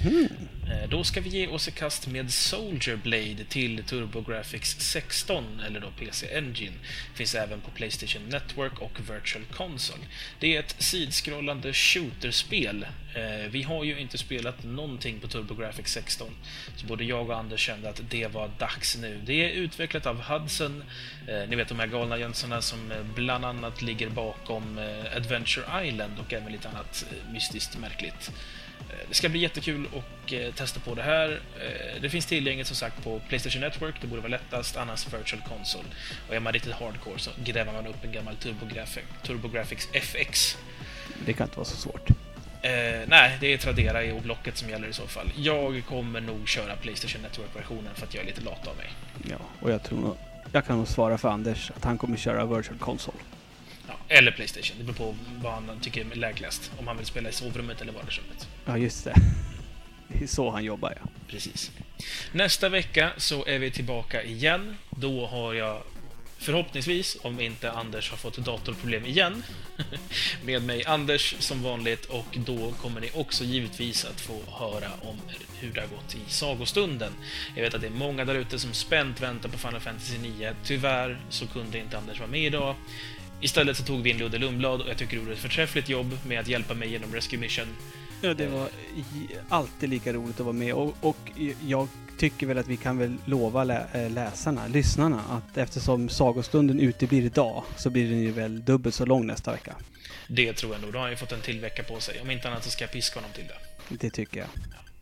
Då ska vi ge oss i kast med Soldier Blade till TurboGrafx 16, eller då PC Engine. Finns även på PlayStation Network och Virtual Console. Det är ett sidskrollande shooterspel. Vi har ju inte spelat någonting på TurboGrafx 16, så både jag och Anders kände att det var dags nu. Det är utvecklat av Hudson, ni vet de här galna jönsarna som bland annat ligger bakom Adventure Island och även lite annat mystiskt märkligt. Det ska bli jättekul att testa på det här. Det finns tillgängligt som sagt på PlayStation Network, det borde vara lättast, annars Virtual Console. Och är man riktigt hardcore så gräver man upp en gammal TurboGrafx FX. Det kan inte vara så svårt. Nej, det är Tradera i blocket som gäller i så fall. Jag kommer nog köra PlayStation Network-versionen för att jag är lite lat av mig. Ja, och jag kan nog svara för Anders att han kommer köra Virtual Console. Ja, eller PlayStation, det beror på vad han tycker är lägligast. Om han vill spela i sovrummet eller vardagsrummet. Ja, just det. Det är så han jobbar, ja. Precis. Nästa vecka så är vi tillbaka igen. Då har jag förhoppningsvis, om inte Anders har fått datorproblem igen, med mig Anders som vanligt, och då kommer ni också givetvis att få höra om hur det har gått i sagostunden. Jag vet att det är många där ute som spänt väntar på Final Fantasy 9. Tyvärr så kunde inte Anders vara med idag. Istället så tog vi in Ludde Lundblad, och jag tycker du gjorde ett förträffligt jobb med att hjälpa mig genom Rescue Mission. Ja, det var alltid lika roligt att vara med, och jag tycker väl att vi kan väl lova lyssnarna att eftersom sagostunden uteblir idag så blir den ju väl dubbelt så lång nästa vecka. Det tror jag nog. Då har han ju fått en till vecka på sig. Om inte annat så ska jag piska honom till det. Det tycker jag.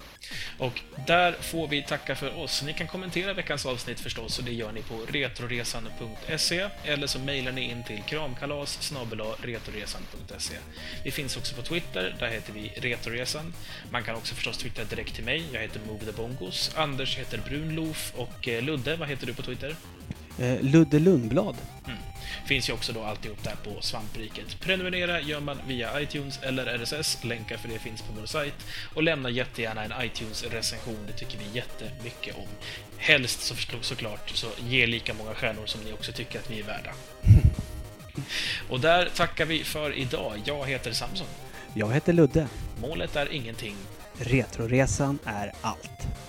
Och där får vi tacka för oss. Ni kan kommentera veckans avsnitt förstås, och det gör ni på retroresan.se, eller så mejlar ni in till kramkalas@retroresan.se. Vi finns också på Twitter, där heter vi Retroresan. Man kan också förstås twittra direkt till mig. Jag heter Move the Bongos. Anders heter Brunloof, och Ludde, vad heter du på Twitter? Ludde Lundblad. Finns ju också då alltid upp där på Svampriket. Prenumerera gör man via iTunes eller RSS, länkar för det finns på vår sajt, och lämna jättegärna en iTunes-recension, det tycker vi jättemycket om. Helst såklart så ge lika många stjärnor som ni också tycker att vi är värda. Och där tackar vi för idag. Jag heter Samson. Jag heter Ludde. Målet är ingenting. Retroresan är allt.